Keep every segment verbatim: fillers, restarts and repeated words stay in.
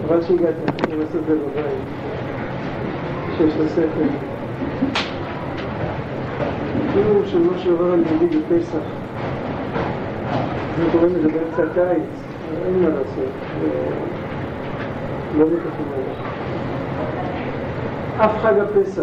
חבל שהגעת, אני לעשות את זה בבית, שיש לספר. כאילו שלא שעבר על יהודי בפסח. אנחנו קוראים לזה באמצע הקיץ, אין מה לעשות. לא בכך אומר. אף חג הפסח,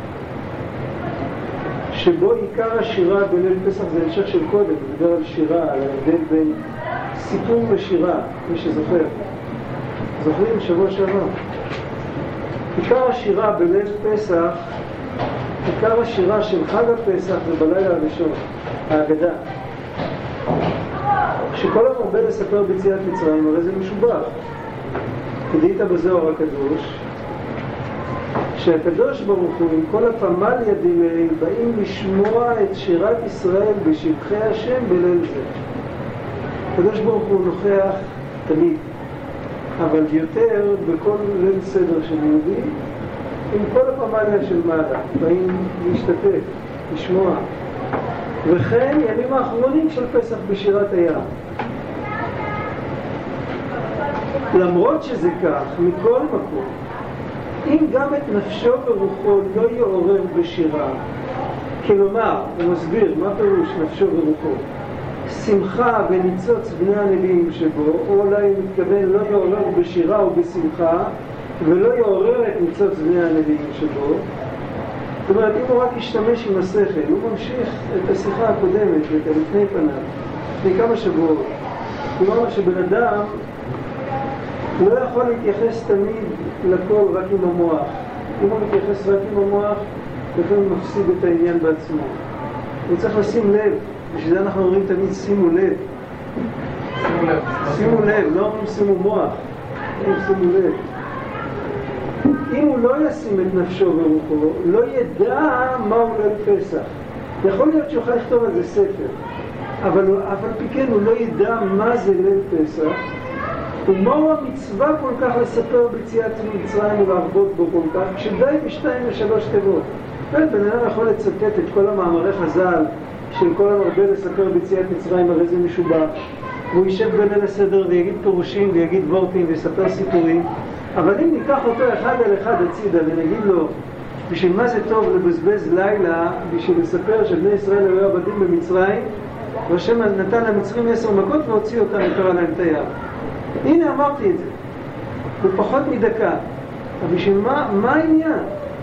שבו עיקר השירה בליל פסח זה המשך של קודם, מדבר על שירה, על ההבדל בין סיפור ושירה, מי שזוכר. זוכרים? שבוע שעבר. עיקר השירה בליל פסח, עיקר השירה של חג הפסח זה בלילה הראשון, ההגדה. שכל המרבה לספר ביציאת מצרים, הרי זה משובח. כדאית בזוהר הקדוש, שהקדוש ברוך הוא עם כל הפמליה דילי באים לשמוע את שירת ישראל בשבחי השם בליל זה. הקדוש ברוך הוא נוכח תמיד, אבל יותר בכל ליל סדר של יהודי, עם כל הפמליה של מעלה, באים להשתתף, לשמוע. וכן ימים האחרונים של פסח בשירת הים. למרות שזה כך, מכל מקום, אם גם את נפשו ורוחו לא יעורר בשירה, כלומר, הוא מסביר מה פירוש נפשו ורוחו, שמחה וניצוץ בני הנביאים שבו, או אולי הוא מתכוון לא יעורר בשירה או בשמחה, ולא יעורר את ניצוץ בני הנביאים שבו. זאת אומרת, אם הוא רק ישתמש עם השכל, הוא ממשיך את השיחה הקודמת, את הלפני פניו, לפני כמה שבועות. הוא אומר שבן אדם לא יכול להתייחס תמיד לכל רק עם המוח. אם הוא מתייחס רק עם המוח, לפעמים הוא מפסיד את העניין בעצמו. הוא צריך לשים לב, בשביל זה אנחנו אומרים תמיד שימו לב. שימו לב, שימו לב, לא אומרים שימו מוח, אומרים שימו לב. אם הוא לא ישים את נפשו ורוחו, לא ידע מהו ליל פסח. יכול להיות שהוא יכול לכתוב על זה ספר, אבל אף על פי כן הוא לא ידע מה זה ליל פסח, ומהו המצווה כל כך לספר ביציאת מצרים ולהרבות בו כל כך, כשדי בשתיים ושלוש תיבות. בן אדם יכול לצטט את כל המאמרי חז"ל של כל המרבה לספר ביציאת מצרים, הרי זה משובח. והוא יישב בליל הסדר ויגיד פירושים ויגיד וורטים ויספר סיפורים. אבל אם ניקח אותו אחד על אחד הצידה ונגיד לו, בשביל מה זה טוב לבזבז לילה בשביל לספר שבני ישראל היו עבדים במצרים, והשם נתן למצרים עשר מכות והוציא אותם וקרא להם את הים. הנה אמרתי את זה, בפחות מדקה. אבל בשביל מה, מה העניין?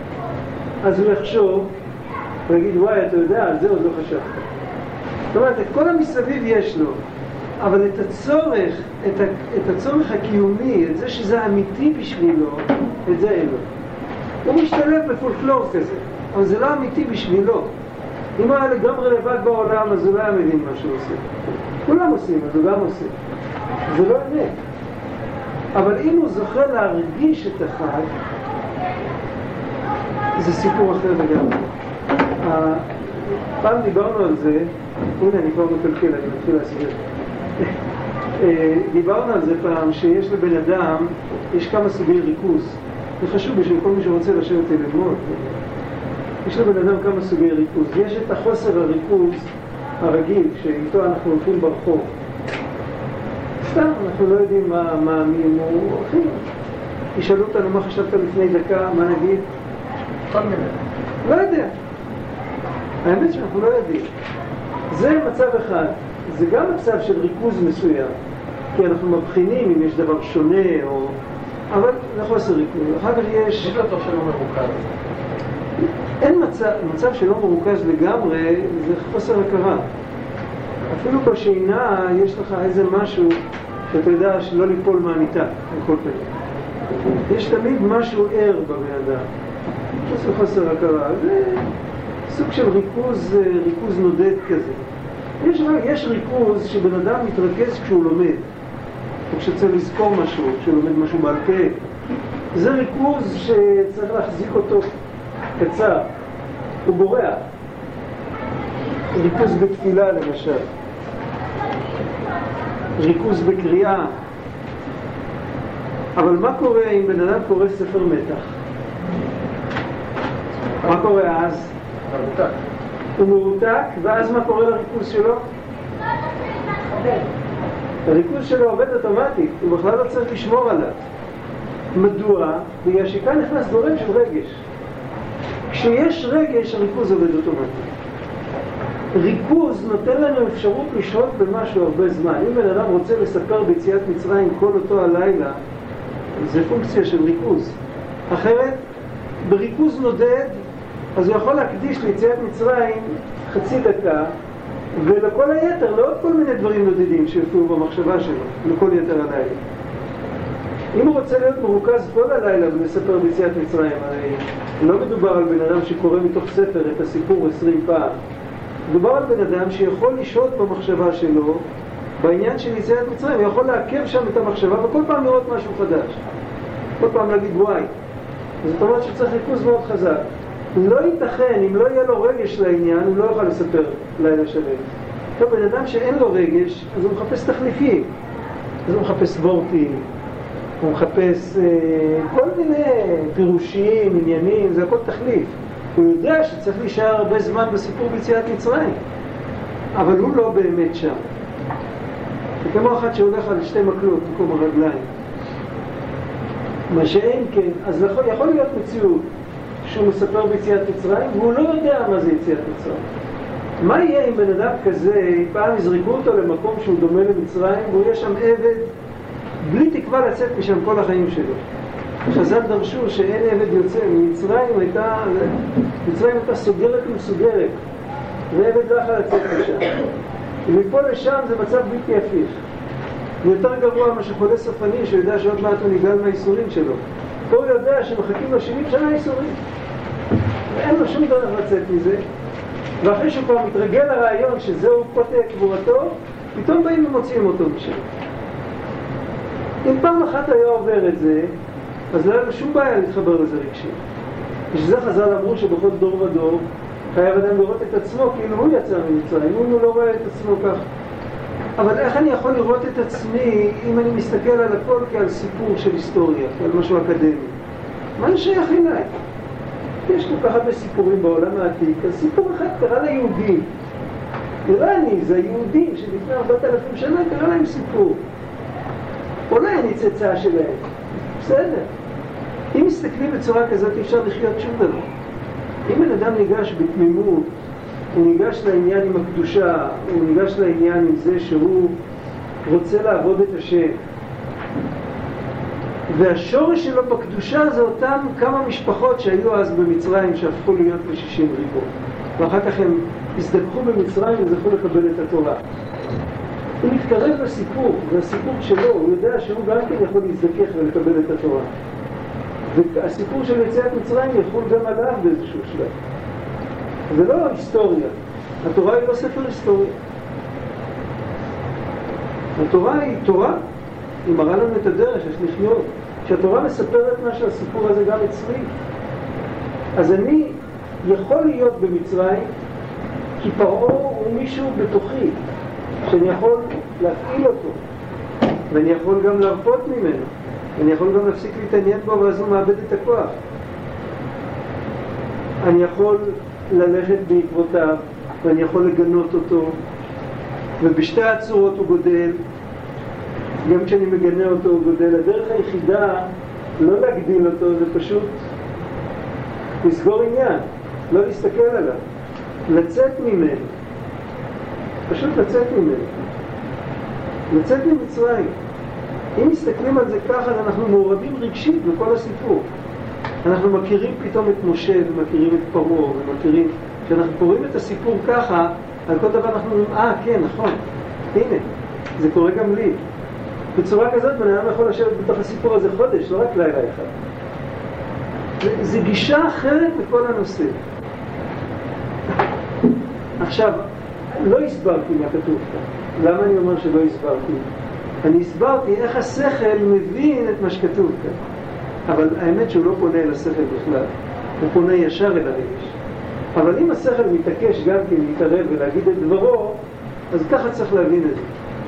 אז הוא יחשוב ויגיד, וואי, אתה יודע, על זה עוד לא חשבת. זאת אומרת, את כל המסביב יש לו, אבל את הצורך, את, ה, את הצורך הקיומי, את זה שזה אמיתי בשבילו, את זה אין לו. הוא משתלב בפולקלור כזה, אבל זה לא אמיתי בשבילו. אם הוא היה לגמרי לבד בעולם, אז הוא לא היה מבין מה שהוא עושה. כולם עושים, אז הוא גם עושה. זה לא אמת. אבל אם הוא זוכה להרגיש את החג, זה סיפור אחר לגמרי. פעם דיברנו על זה, הנה אני כבר מקלקל, אני מתחיל להסביר. דיברנו על זה פעם שיש לבן אדם, יש כמה סוגי ריכוז. זה חשוב בשביל כל מי שרוצה לשבת ללמוד. יש לבן אדם כמה סוגי ריכוז. יש את החוסר הריכוז הרגיל, שאיתו אנחנו הולכים ברחוב. סתם, אנחנו לא יודעים מה, מה מי הוא הולכים. ישאלו אותנו מה חשבת לפני דקה, מה נגיד? כל מיני. לא יודע. האמת שאנחנו לא יודעים. זה מצב אחד. זה גם מצב של ריכוז מסוים. כי אנחנו מבחינים אם יש דבר שונה או... אבל זה חוסר ריכוז. אחר כך יש... יש אותו שלא מרוכז. אין מצב, מצב שלא מרוכז לגמרי, זה חוסר הכרה. אפילו בשינה יש לך איזה משהו שאתה יודע שלא ליפול מהמיטה, בכל פעם. יש תמיד משהו ער בבן אדם. זה חוסר הכרה. זה סוג של ריכוז, ריכוז נודד כזה. יש, יש ריכוז שבן אדם מתרכז כשהוא לומד, או כשצריך לזכור משהו, כשהוא לומד משהו בעל פה. זה ריכוז שצריך להחזיק אותו קצר, הוא בורח. ריכוז בתפילה למשל, ריכוז בקריאה. אבל מה קורה אם בן אדם קורא ספר מתח? מה קורה אז? מרותק. הוא מרותק, ואז מה קורה לריכוז שלו? הריכוז שלו עובד אוטומטית, הוא בכלל לא צריך לשמור עליו. מדוע? בגלל שכאן נכנס גורם של רגש. כשיש רגש, הריכוז עובד אוטומטי. ריכוז נותן לנו אפשרות לשלוט במשהו הרבה זמן. אם בן אדם רוצה לספר ביציאת מצרים כל אותו הלילה, זה פונקציה של ריכוז. אחרת, בריכוז נודד, אז הוא יכול להקדיש ליציאת מצרים חצי דקה, ולכל היתר, לא עוד כל מיני דברים נודדים שיופיעו במחשבה שלו, לכל יתר הלילה. אם הוא רוצה להיות מרוכז כל הלילה ולספר ביציאת מצרים, הרי לא מדובר על בן אדם שקורא מתוך ספר את הסיפור עשרים פעם. מדובר על בן אדם שיכול לשהות במחשבה שלו, בעניין של יציאת מצרים, הוא יכול לעכב שם את המחשבה וכל פעם לראות משהו חדש. כל פעם להגיד וואי. זאת אומרת שצריך ריכוז מאוד חזק. לא ייתכן, אם לא יהיה לו רגש לעניין, הוא לא יוכל לספר לילה שלם. טוב, בן אדם שאין לו רגש, אז הוא מחפש תחליפים. אז הוא מחפש וורטים, הוא מחפש אה, כל מיני פירושים, עניינים, זה הכל תחליף. הוא יודע שצריך להישאר הרבה זמן בסיפור ביציאת מצרים, אבל הוא לא באמת שם. זה כמו אחד שהולך על שתי מקלות במקום הרגליים. מה שאין כן, אז יכול, יכול להיות מציאות שהוא מספר ביציאת מצרים, והוא לא יודע מה זה יציאת מצרים. מה יהיה אם בן אדם כזה, פעם יזרקו אותו למקום שהוא דומה למצרים, והוא יהיה שם עבד, בלי תקווה לצאת משם כל החיים שלו. חז"ל דרשו שאין עבד יוצא, ממצרים הייתה, מצרים הייתה סוגרת ומסוגרת, ועבד לא יכול לצאת משם. ומפה לשם זה מצב בלתי הפיך. ויותר גרוע מה שחולה סופני, שיודע שעוד מעט הוא נגאל מהאיסורים שלו. פה הוא יודע שמחכים לו שבעים שנה איסורים. ואין לו שום דרך לצאת מזה. ואחרי שהוא כבר מתרגל לרעיון שזהו פוטה קבורתו, פתאום באים ומוצאים אותו משם. אם פעם אחת היה עובר את זה, אז לא היה לו שום בעיה להתחבר לזה רגשי. בשביל זה חז"ל אמרו שבכל דור ודור חייב אדם לראות את עצמו כאילו הוא יצא ממצרים, הוא לא רואה את עצמו כך. אבל איך אני יכול לראות את עצמי אם אני מסתכל על הכל כעל סיפור של היסטוריה, כעל משהו אקדמי? מה שייך אליי? יש כל כך הרבה סיפורים בעולם העתיק, אז סיפור אחד קרא ליהודים. איראני, זה היהודים שלפני ארבעת אלפים שנה קרא להם סיפור. אולי אני צאצא שלהם. בסדר. אם מסתכלים בצורה כזאת אפשר לחיות שום דבר. אם בן אדם ניגש בתמימות, הוא ניגש לעניין עם הקדושה, הוא ניגש לעניין עם זה שהוא רוצה לעבוד את השם. והשורש שלו בקדושה זה אותם כמה משפחות שהיו אז במצרים שהפכו להיות ל-שישים ריבו. ואחר כך הם הזדקחו במצרים וזכו לקבל את התורה. הוא מתקרב לסיפור, והסיפור שלו, הוא יודע שהוא גם כן יכול להזדכך ולקבל את התורה. והסיפור של יציאת מצרים יכול גם עליו באיזשהו שלב. זה לא היסטוריה. התורה היא לא ספר היסטוריה. התורה היא תורה. היא מראה לנו את הדרך, יש לחיות. כשהתורה מספרת מה שהסיפור הזה גם אצלי. אז אני יכול להיות במצרים, כי פרעה הוא מישהו בתוכי, שאני יכול להפעיל אותו, ואני יכול גם להרפות ממנו, ואני יכול גם להפסיק להתעניין בו, ואז הוא מאבד את הכוח. אני יכול ללכת בעקבותיו, ואני יכול לגנות אותו, ובשתי הצורות הוא גודל. גם כשאני מגנה אותו הוא גודל. הדרך היחידה לא להגדיל אותו, זה פשוט לסגור עניין, לא להסתכל עליו, לצאת ממנו, פשוט לצאת ממנו, לצאת ממצרים. אם מסתכלים על זה ככה, אנחנו מעורבים רגשית בכל הסיפור. אנחנו מכירים פתאום את משה ומכירים את פרעה ומכירים, כשאנחנו קוראים את הסיפור ככה, על כל דבר אנחנו אומרים, אה, כן, נכון, הנה, זה קורה גם לי. בצורה כזאת, בן אדם יכול לשבת בתוך הסיפור הזה חודש, לא רק לילה אחד. זה, זה גישה אחרת לכל הנושא. עכשיו, לא הסברתי מה כתוב כאן. למה אני אומר שלא הסברתי? אני הסברתי איך השכל מבין את מה שכתוב כאן. אבל האמת שהוא לא פונה אל השכל בכלל. הוא פונה ישר אל הרגש. אבל אם השכל מתעקש גם כן להתערב ולהגיד את דברו, אז ככה צריך להבין את זה.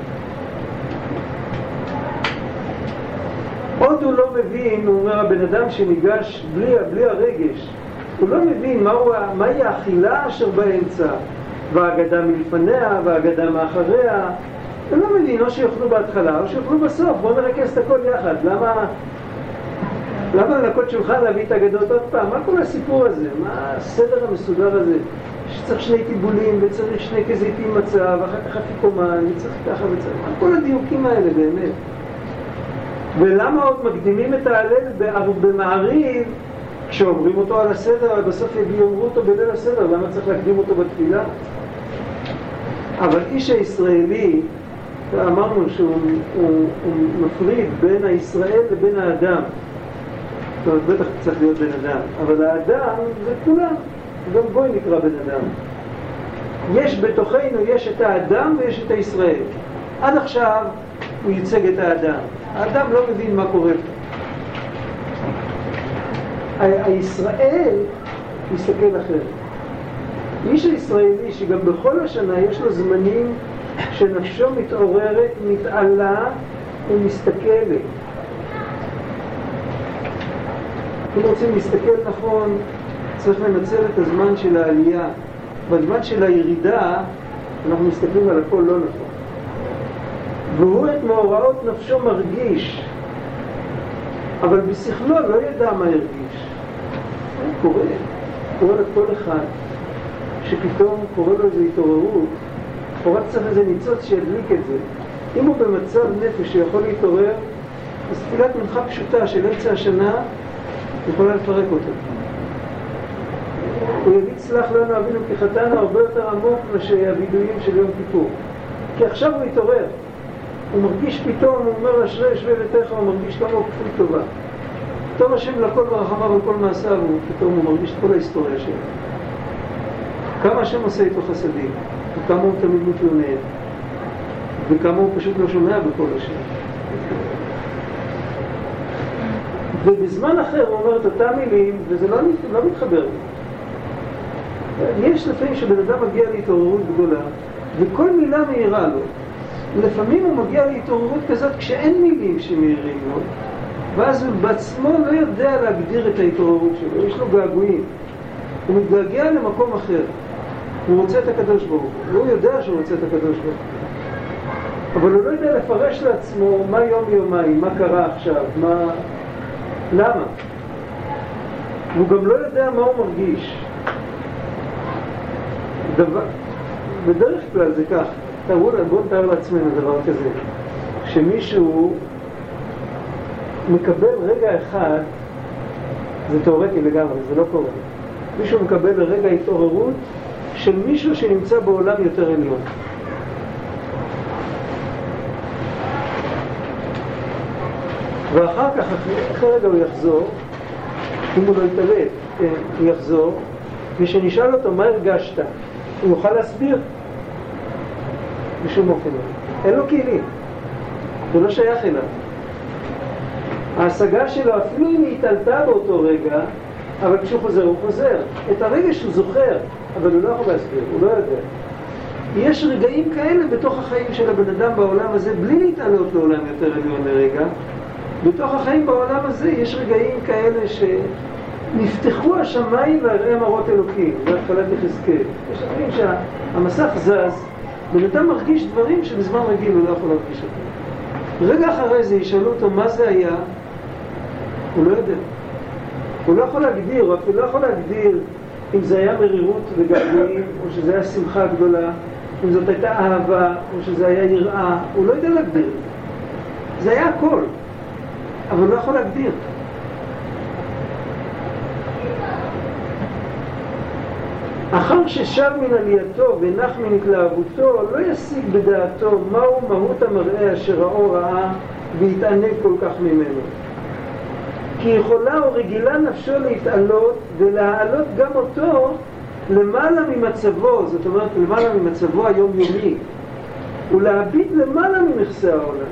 עוד הוא לא מבין, הוא אומר, הבן אדם שניגש בלי, בלי הרגש, הוא לא מבין מהו, מהי האכילה אשר באמצע, והאגדה מלפניה, והאגדה מאחריה. הוא לא מבין, או שיוכלו בהתחלה, או שיוכלו בסוף. בואו נרכז את הכל יחד. למה, למה לנקות שולחן להביא את האגדות עוד פעם? מה כל הסיפור הזה? מה הסדר המסודר הזה? שצריך שני טיבולים וצריך שני כזיתים מצה ואחר כך אפיקומן וצריך ככה וצריך... מה כל הדיוקים האלה באמת? ולמה עוד מקדימים את ההלל במעריב כשאומרים אותו על הסדר, אבל בסוף יאמרו אותו בליל הסדר? למה צריך להקדים אותו בתפילה? אבל איש הישראלי, אמרנו שהוא הוא, הוא מפריד בין הישראל לבין האדם. זאת אומרת, בטח צריך להיות בן אדם, אבל האדם זה כולם, גם גוי נקרא בן אדם. יש בתוכנו, יש את האדם ויש את הישראל. עד עכשיו הוא ייצג את האדם. האדם לא מבין מה קורה פה. הישראל מסתכל אחרת. איש הישראלי שגם בכל השנה יש לו זמנים שנפשו מתעוררת, מתעלה ומסתכלת. אם רוצים להסתכל נכון, צריך לנצל את הזמן של העלייה. בזמן של הירידה אנחנו מסתכלים על הכל לא נכון. והוא את מאורעות נפשו מרגיש, אבל בשכלו לא ידע מה ירגיש. קורה, קורה לכל אחד שפתאום קורה לו איזו התעוררות, או רק צריך איזה ניצוץ שידליק את זה. אם הוא במצב נפש שיכול להתעורר, אז תפילת מנחה פשוטה של אמצע השנה יכולה לפרק אותו. הוא יגיד סלח לנו אבינו כי חטאנו הרבה יותר עמוק מהווידויים של יום כיפור. כי עכשיו הוא התעורר. הוא מרגיש פתאום, הוא אומר אשרי יושבי ביתך, הוא מרגיש כמה הוא כפוי טובה. טוב השם לכל ברחמיו וכל מעשיו, ופתאום הוא מרגיש את כל ההיסטוריה שלו. כמה השם עושה איתו חסדים, וכמה הוא תמיד מתלונן, וכמה הוא פשוט לא שומע בכל השם. ובזמן אחר הוא אומר את אותם מילים, וזה לא, לא מתחבר. יש לפעמים שבן אדם מגיע להתעוררות גדולה, וכל מילה מהירה לו. לפעמים הוא מגיע להתעוררות כזאת כשאין מילים שמהירים לו, ואז הוא בעצמו לא יודע להגדיר את ההתעוררות שלו, יש לו געגועים. הוא מתגעגע למקום אחר. הוא רוצה את הקדוש ברוך הוא. הוא יודע שהוא רוצה את הקדוש ברוך הוא. אבל הוא לא יודע לפרש לעצמו מה יום יומיים, מה קרה עכשיו, מה... למה? והוא גם לא יודע מה הוא מרגיש. דבר... בדרך כלל זה כך. תראו, בואו נתאר לעצמנו דבר כזה. שמישהו מקבל רגע אחד, זה תיאורטי לגמרי, זה לא קורה. מישהו מקבל רגע התעוררות של מישהו שנמצא בעולם יותר עליון. ואחר כך, אחרי רגע הוא יחזור, אם הוא לא יתעלת, הוא יחזור, ושנשאל אותו מה הרגשת, הוא יוכל להסביר בשום אופן. אין לו כלים, זה לא שייך אליו. ההשגה שלו, אפילו אם היא התעלתה באותו רגע, אבל כשהוא חוזר, הוא חוזר. את הרגע שהוא זוכר, אבל הוא לא יכול להסביר, הוא לא יודע. יש רגעים כאלה בתוך החיים של הבן אדם בעולם הזה, בלי להתעלות לעולם יותר עליון לרגע. בתוך החיים בעולם הזה יש רגעים כאלה שנפתחו השמיים והראה מראות אלוקים, בהתחלת יחזקאל. יש רגעים שהמסך זז, בן אדם מרגיש דברים שבזמן רגיל הוא לא יכול להרגיש אותם. רגע אחרי זה ישאלו אותו מה זה היה, הוא לא יודע. הוא לא יכול להגדיר, הוא אפילו לא יכול להגדיר אם זה היה מרירות וגעגועים, או שזה היה שמחה גדולה, אם זאת הייתה אהבה, או שזה היה יראה, הוא לא יודע להגדיר. זה היה הכל, אבל הוא לא יכול להגדיר. אחר ששב מן עלייתו ונח מן התלהבותו, לא ישיג בדעתו מהו מהות המראה אשר האור ראה והתענג כל כך ממנו. כי יכולה או רגילה נפשו להתעלות ולהעלות גם אותו למעלה ממצבו, זאת אומרת למעלה ממצבו היומיומי, ולהביט למעלה ממכסה העולם.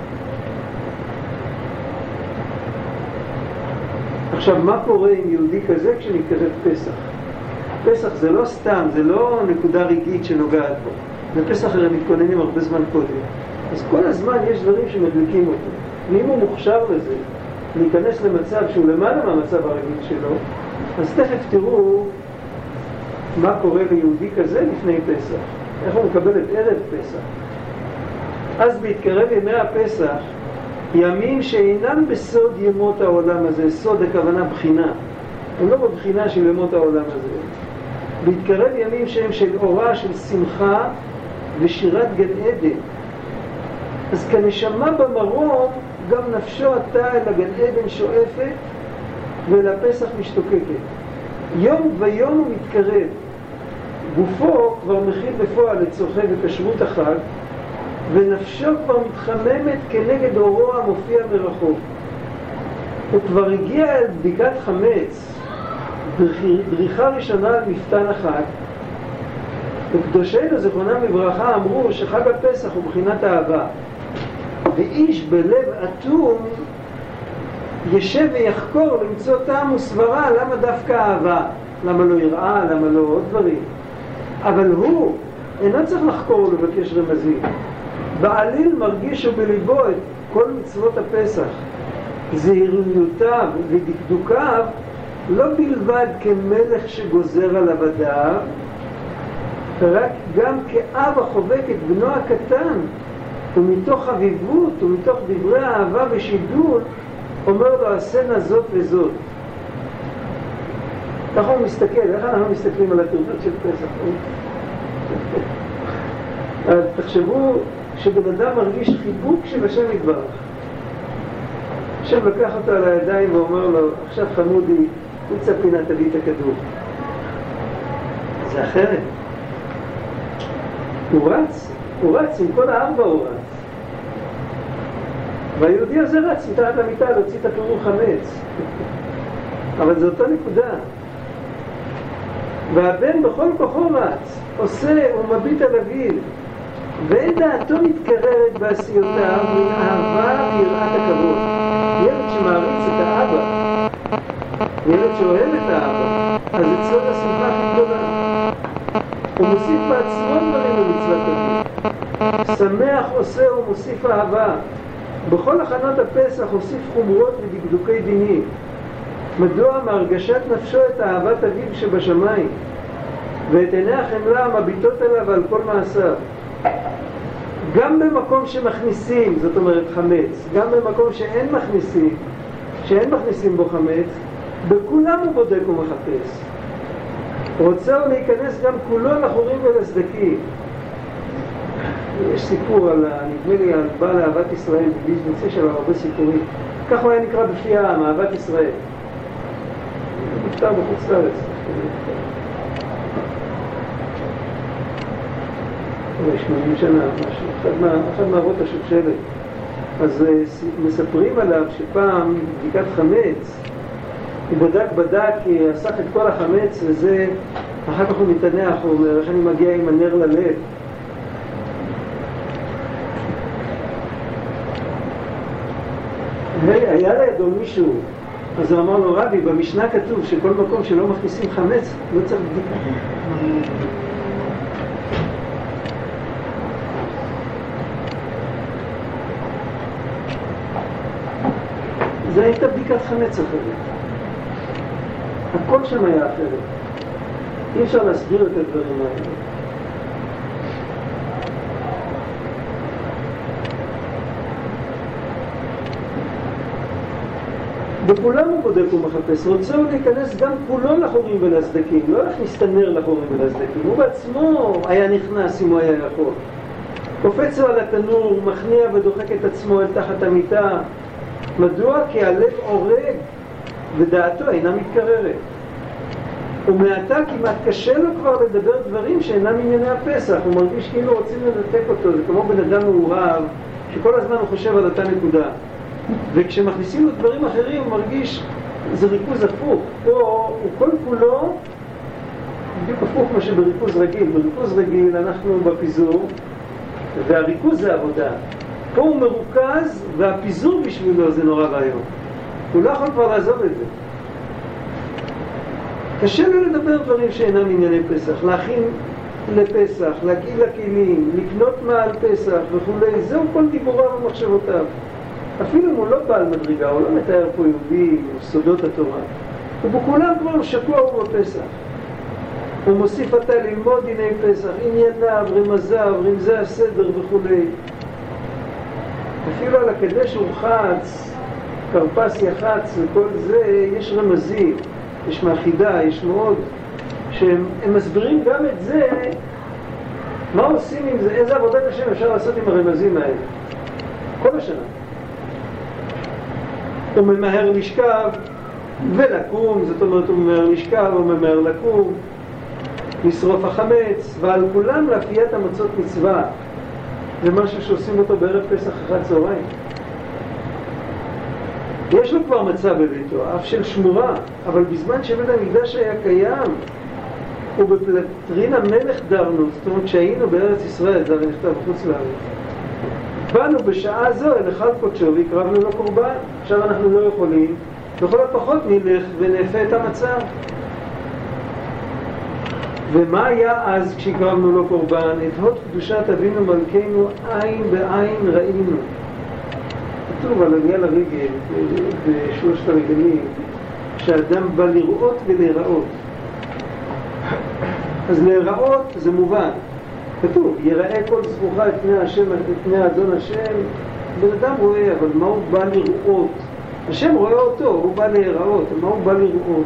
עכשיו, מה קורה עם יהודי כזה כשנתקרב פסח? פסח זה לא סתם, זה לא נקודה רגעית שנוגעת בו. בפסח הרי מתכוננים הרבה זמן קודם. אז כל הזמן יש דברים שמדליקים אותו. ואם הוא מוכשר לזה, להיכנס למצב שהוא למעלה מהמצב הרגיל שלו, אז תכף תראו מה קורה ליהודי כזה לפני פסח. איך הוא מקבל את ערב פסח. אז בהתקרב ימי הפסח, ימים שאינם בסוד ימות העולם הזה, סוד הכוונה בחינה, הם לא בבחינה של ימות העולם הזה. בהתקרב ימים שהם של אורה, של שמחה ושירת גן עדן. אז כנשמה במרום, גם נפשו עתה אל הגן עדן שואפת ואל הפסח משתוקקת. יום ויום הוא מתקרב. גופו כבר מכיל בפועל לצורכי וכשרות החג, ונפשו כבר מתחממת כנגד אורו המופיע מרחוק. הוא כבר הגיע אל בדיקת חמץ, דריכה ראשונה על מפתן החג, וקדושינו זיכרונם לברכה אמרו שחג הפסח הוא בחינת אהבה. ואיש בלב אטום ישב ויחקור למצוא טעם וסברה למה דווקא אהבה, למה לא יראה, למה לא עוד דברים. אבל הוא אינו צריך לחקור ולבקש רמזים. בעליל מרגיש בליבו את כל מצוות הפסח, זהירויותיו ודקדוקיו, לא בלבד כמלך שגוזר על עבדיו, רק גם כאב החובק את בנו הקטן, ומתוך חביבות ומתוך דברי אהבה ושידול אומר לו עשה נא זאת וזאת. ככה הוא מסתכל, איך אנחנו מסתכלים על התרבות של פסח? תחשבו שבן אדם מרגיש חיבוק של השם יתברך. השם לקח אותו על הידיים ואומר לו, עכשיו חמודי, תצא פינה, תביא את הכדור. זה אחרת. הוא רץ, הוא רץ, עם כל הארבע הוא רץ. והיהודי הזה רץ מתחת למיטה להוציא את הפירור חמץ. אבל זו אותה נקודה. והבן בכל כוחו רץ, עושה ומביט על אביו, ואין דעתו מתקררת בעשיותיו מן אהבה ויראת הכבוד. ילד שמעריץ את האבא, ילד שאוהב את האבא, אז אצלו השמחה הכי גדולה. הוא מוסיף בעצמו דברים במצוות אביו. שמח עושה ומוסיף אהבה. בכל הכנות הפסח הוסיף חומרות ודקדוקי דינים. מדוע מהרגשת נפשו את אהבת אביו שבשמיים, ואת עיני החמלה המביטות עליו על כל מעשיו. גם במקום שמכניסים, זאת אומרת חמץ, גם במקום שאין מכניסים, שאין מכניסים בו חמץ, בכולם הוא בודק ומחפש. רוצה הוא להיכנס גם כולו לחורים ולסדקים. יש סיפור על, נדמה לי, על בעל אהבת ישראל, נמצא שם הרבה סיפורים. כך הוא היה נקרא בפי העם, אהבת ישראל. נפטר בחוץ לארץ. שמונים שנה, משהו, אחד, מה, אחד מהאבות השושלת. אז מספרים עליו שפעם בדיקת חמץ, הוא בדק בדק, אסף את כל החמץ, וזה, אחר כך הוא מתענח, הוא אומר, איך אני מגיע עם הנר ללב. היה לידו מישהו, אז הוא אמר לו, רבי, במשנה כתוב שכל מקום שלא מכניסים חמץ, לא צריך בדיקה. זה הייתה בדיקת חמץ אחרת. הכל שם היה אחרת. אי אפשר להסביר את הדברים האלה. בכולם הוא בודק ומחפש, רוצה הוא להיכנס גם כולו לחורים ולסדקים, לא איך להסתנר לחורים ולסדקים, הוא בעצמו היה נכנס אם הוא היה יכול. קופץ לו על התנור, מכניע ודוחק את עצמו אל תחת המיטה. מדוע? כי הלב עורג ודעתו אינה מתקררת. ומעתה כמעט קשה לו כבר לדבר דברים שאינם ענייני הפסח, הוא מרגיש כאילו רוצים לנתק אותו, זה כמו בן אדם מעורב שכל הזמן הוא חושב על אותה נקודה. וכשמכניסים לו דברים אחרים הוא מרגיש, זה ריכוז הפוך. פה הוא כל כולו בדיוק הפוך מה שבריכוז רגיל. בריכוז רגיל אנחנו בפיזור, והריכוז זה עבודה. פה הוא מרוכז, והפיזור בשבילו זה נורא רעיון. הוא לא יכול כבר לעזוב את זה. קשה לו לדבר דברים שאינם ענייני פסח, להכין לפסח, להגיד לכלים, לקנות מעל פסח וכו'. זהו כל דיבוריו ומחשבותיו. אפילו אם הוא לא בעל מדרגה, הוא לא מתאר פה יהודי סודות התורה. ובכולם כבר שקוע הוא בפסח. הוא מוסיף אותה ללמוד דיני פסח, ענייניו, רמזיו, רמזי הסדר וכו'. אפילו על הקדש ורחץ, קרפס יחץ וכל זה, יש רמזים, יש מאחידה, יש מאוד, שהם מסבירים גם את זה, מה עושים עם זה, איזה עבודת השם אפשר לעשות עם הרמזים האלה. כל השנה. הוא ממהר לשכב ולקום, זאת אומרת הוא ממהר לשכב, הוא ממהר לקום, לשרוף החמץ, ועל כולם לאפיית המצות מצווה. זה משהו שעושים אותו בערב פסח אחת צהריים. יש לו כבר מצה בביתו, אף של שמורה, אבל בזמן שבית המקדש היה קיים, ובפלטרינה מלך דרנו, זאת אומרת שהיינו בארץ ישראל, זה הרי נכתב בחוץ לארץ. באנו בשעה זו אל היכל קודשו והקרבנו לו קורבן. עכשיו אנחנו לא יכולים, בכל הפחות נלך ונאפה את המצה. ומה היה אז כשהקרבנו לו קורבן? את הוד קדושת אבינו מלכנו עין בעין ראינו. כתוב על עלייה לרגל בשלושת הרגלים, שהאדם בא לראות ולהיראות. אז להיראות זה מובן. כתוב, יראה כל זכוכה את פני השם, את פני אדון השם. בן אדם רואה, אבל מה הוא בא לראות? השם רואה אותו, הוא בא להיראות, מה הוא בא לראות?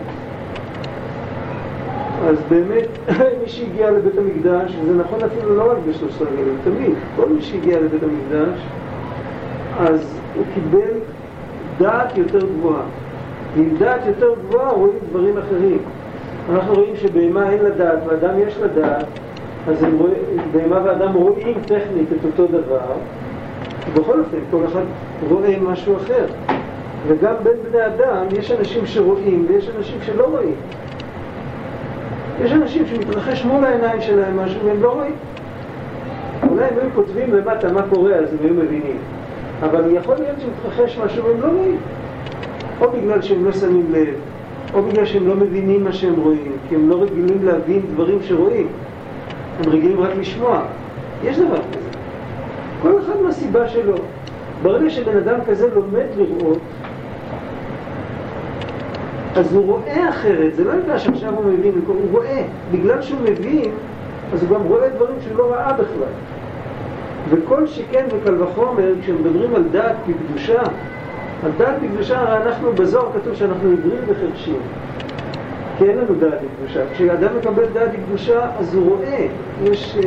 אז באמת, מי שהגיע לבית המקדש, וזה נכון אפילו לא רק בשלושת הרגלים, תמיד, כל מי שהגיע לבית המקדש, אז הוא קיבל דעת יותר גבוהה. ועם דעת יותר גבוהה רואים דברים אחרים. אנחנו רואים שבהמה אין לה דעת, ואדם יש לה דעת, אז רואים, בהמה ואדם רואים טכנית את אותו דבר, ובכל אופן כל אחד רואה משהו אחר. וגם בין בני אדם יש אנשים שרואים ויש אנשים שלא רואים. יש אנשים שמתרחש מול העיניים שלהם משהו והם לא רואים. אולי הם היו כותבים למטה מה קורה, אז הם היו מבינים. אבל יכול להיות שמתרחש משהו והם לא רואים. או בגלל שהם לא שמים לב, או בגלל שהם לא מבינים מה שהם רואים, כי הם לא רגילים להבין דברים שרואים. הם רגילים רק לשמוע. יש דבר כזה. כל אחד מהסיבה שלו. ברגע שבן אדם כזה לומד לראות, אז הוא רואה אחרת. זה לא יודע שעכשיו הוא מבין, הוא רואה. בגלל שהוא מבין, אז הוא גם רואה דברים שהוא לא ראה בכלל. וכל שכן וקל וחומר, כשמדברים על דעת בקדושה, על דעת בקדושה, הרי אנחנו בזוהר כתוב שאנחנו עיוורים וחרשים. כי אין לנו דעת בקדושה. כשאדם מקבל דעת בקדושה, אז הוא רואה. יש...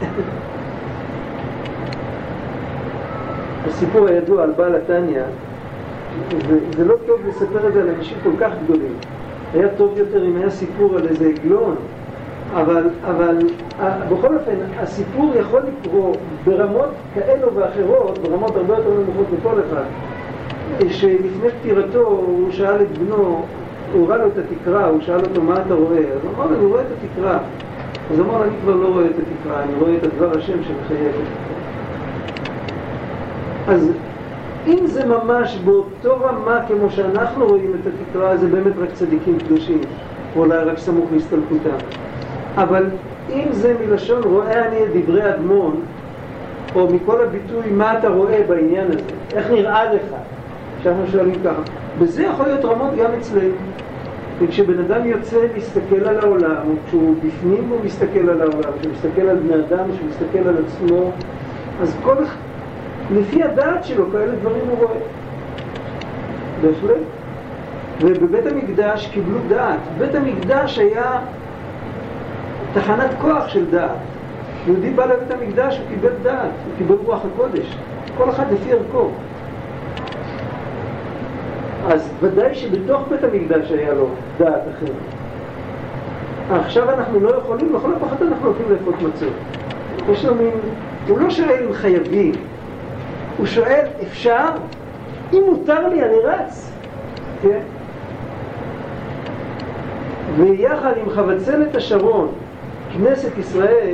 הסיפור הידוע על בעל התניא, זה, זה לא טוב לספר את זה על אנשים כל כך גדולים. היה טוב יותר אם היה סיפור על איזה עגלון, אבל, אבל בכל אופן, הסיפור יכול לקרוא ברמות כאלו ואחרות, ברמות הרבה יותר נמוכות מכל אחד, שלפני פטירתו הוא שאל את בנו, הוא ראה לו את התקרה, הוא שאל אותו מה אתה רואה? אז הוא אמר לו, אני רואה את התקרה. אז הוא אמר, אני כבר לא רואה את התקרה, אני רואה את הדבר השם שמחייב את התקרה. אז אם זה ממש באותו רמה כמו שאנחנו רואים את התקרה, זה באמת רק צדיקים קדושים, או אולי רק סמוך להסתלקותם. אבל אם זה מלשון רואה אני את דברי אדמון, או מכל הביטוי מה אתה רואה בעניין הזה, איך נראה לך, שאנחנו שואלים ככה, בזה יכול להיות רמות גם אצלנו. וכשבן אדם יוצא להסתכל על העולם, או כשהוא בפנים הוא מסתכל על העולם, כשהוא מסתכל על בני אדם, כשהוא מסתכל על עצמו, אז כל לפי הדעת שלו כאלה דברים הוא רואה. בהחלט. ובבית המקדש קיבלו דעת. בית המקדש היה תחנת כוח של דעת. יהודי בא לבית המקדש, הוא קיבל דעת, הוא קיבל רוח הקודש. כל אחד לפי ערכו. אז ודאי שבתוך בית המקדש היה לו דעת אחרת. עכשיו אנחנו לא יכולים, בכל הפחד אנחנו הולכים לאפות מצות. יש לו מין, הוא לא שואל אם חייבים, הוא שואל, אפשר? אם מותר לי, אני רץ. כן? ויחד עם חבצלת השרון, כנסת ישראל,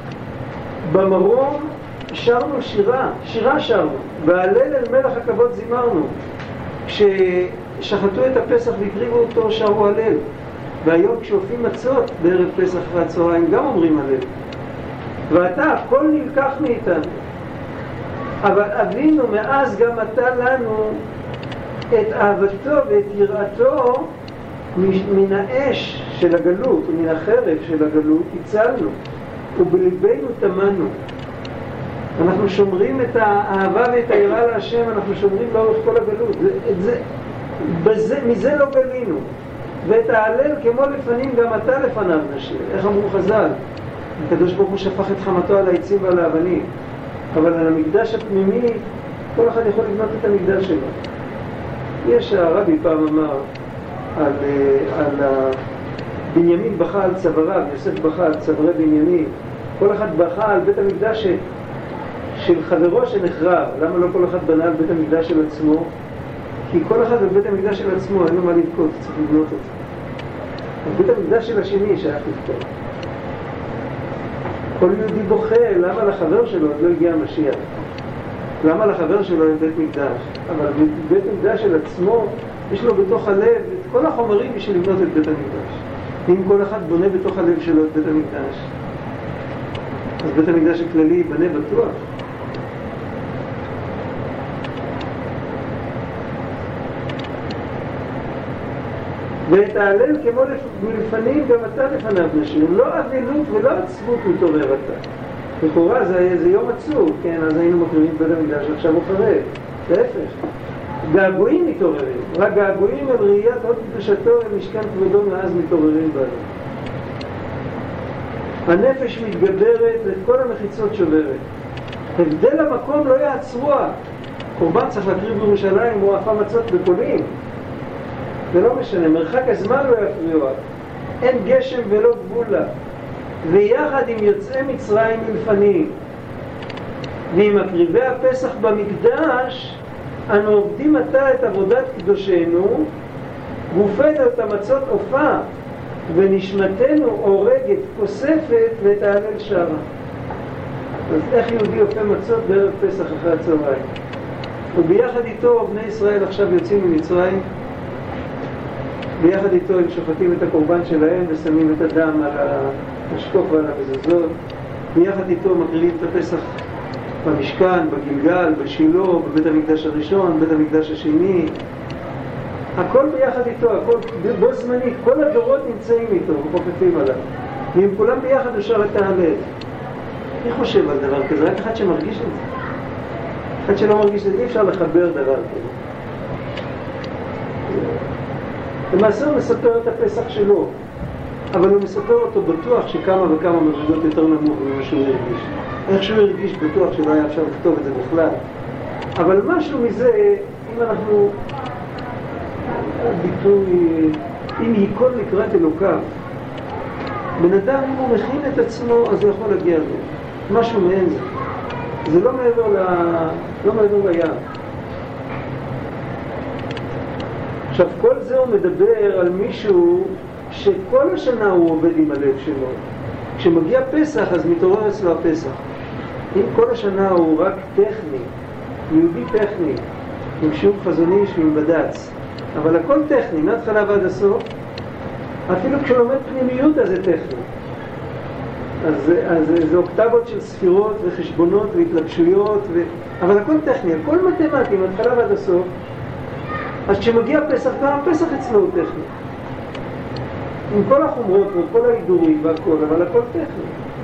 במרום שרנו שירה, שירה שרנו, והלל אל מלך הכבוד זימרנו. כששחטו את הפסח והקריבו אותו, שרו הלל. והיום כשאופים מצות בערב פסח אחרי הצהריים, גם אומרים הלל. ואתה, הכל נלקח מאיתנו. אבל אבינו מאז גם אתה לנו את אהבתו ואת יראתו מן האש של הגלות ומן החרב של הגלות הצלנו ובלבנו תמנו. אנחנו שומרים את האהבה ואת היראה להשם, אנחנו שומרים לאורך כל הגלות. זה, את זה, בזה, מזה לא גלינו. ואת ההלל כמו לפנים גם אתה לפניו נשאיר. איך אמרו חז"ל? הקדוש ברוך הוא שפך את חמתו על העצים ועל האבנים. אבל על המקדש הפנימי, כל אחד יכול לבנות את המקדש שלו. יש הרבי פעם אמר על, על בנימין בכה על צוואריו, יוסף בכה על צווארי בנימין. כל אחד בכה על בית המקדש של חברו שנחרב. למה לא כל אחד בנה על בית המקדש של עצמו? כי כל אחד על בית המקדש של עצמו, אין לו מה לבכות, צריך לבנות אותו. על בית המקדש של השני שייך לבכות. כל יהודי בוכה, למה לחבר שלו עוד לא הגיע המשיח? למה לחבר שלו אין בית מקדש? אבל בית המקדש של עצמו, יש לו בתוך הלב את כל החומרים בשביל לבנות את בית המקדש. אם כל אחד בונה בתוך הלב שלו את בית המקדש, אז בית המקדש הכללי ייבנה בטוח. ואת ההלל כמו מלפנים גם אתה לפניו נשאיר. לא אבילות ולא עצבות מתעורר אתה. לכאורה זה, זה יום עצוב, כן? אז היינו מקריבים בית המקדש, עכשיו הוא חרב. להפך. געגועים מתעוררים. רק געגועים על ראיית עוד קדושתו ומשכן כבודו מאז מתעוררים בנו. הנפש מתגברת ואת כל המחיצות שוברת. הבדל המקום לא יעצרוה. קורבן צריך להקריב בירושלים או אפה מצות בפולין. זה לא משנה, מרחק הזמן לא יפריע. אין גשם ולא גבול לה. ויחד עם יוצאי מצרים מלפנים ועם מקריבי הפסח במקדש, אנו עובדים עתה את עבודת קדושנו, גופנו את המצות עופה, ונשמתנו הורגת, כוספת ואת ההלל שרה. אז איך יהודי אופה מצות בערב פסח אחרי הצהריים? וביחד איתו בני ישראל עכשיו יוצאים ממצרים, ביחד איתו הם שוחטים את הקורבן שלהם ושמים את הדם על המשקוף ועל המזוזות. ביחד איתו מקריבים את הפסח במשכן, בגלגל, בשילה, בבית המקדש הראשון, בבית המקדש השני. הכל ביחד איתו, הכל בו זמנית. כל הדורות נמצאים איתו וחופפים עליו. ואם כולם ביחד אפשר את ההלל. אני חושב על דבר כזה, רק אחד שמרגיש את זה. אחד שלא מרגיש את זה, אי אפשר לחבר דבר כזה. למעשה הוא מספר את הפסח שלו, אבל הוא מספר אותו בטוח שכמה וכמה מדרגות יותר נמוך ממה שהוא הרגיש. איך שהוא הרגיש בטוח שלא היה אפשר לכתוב את זה בכלל. אבל משהו מזה, אם אנחנו, ביטוי, אם ייכון לקראת אלוקיו, בן אדם אם הוא מכין את עצמו, אז הוא יכול להגיע לו. משהו מעין זה. זה לא מעבר, ל... לא מעבר לים. עכשיו, כל זה הוא מדבר על מישהו שכל השנה הוא עובד עם הלב שלו. כשמגיע פסח, אז מתעורר אצלו הפסח. אם כל השנה הוא רק טכני, יהודי טכני, עם שיעור חזוני ועם בד"ץ, אבל הכל טכני, מהתחלה ועד הסוף, אפילו כשלומד פנימיות אז זה טכני. אז, אז זה אוקטבות של ספירות וחשבונות והתלבשויות, ו... אבל הכל טכני, הכל מתמטי, מהתחלה ועד הסוף. אז כשמגיע פסח, גם הפסח אצלו הוא טכני. עם כל החומרות וכל ההידורים והכל, אבל הכל טכני.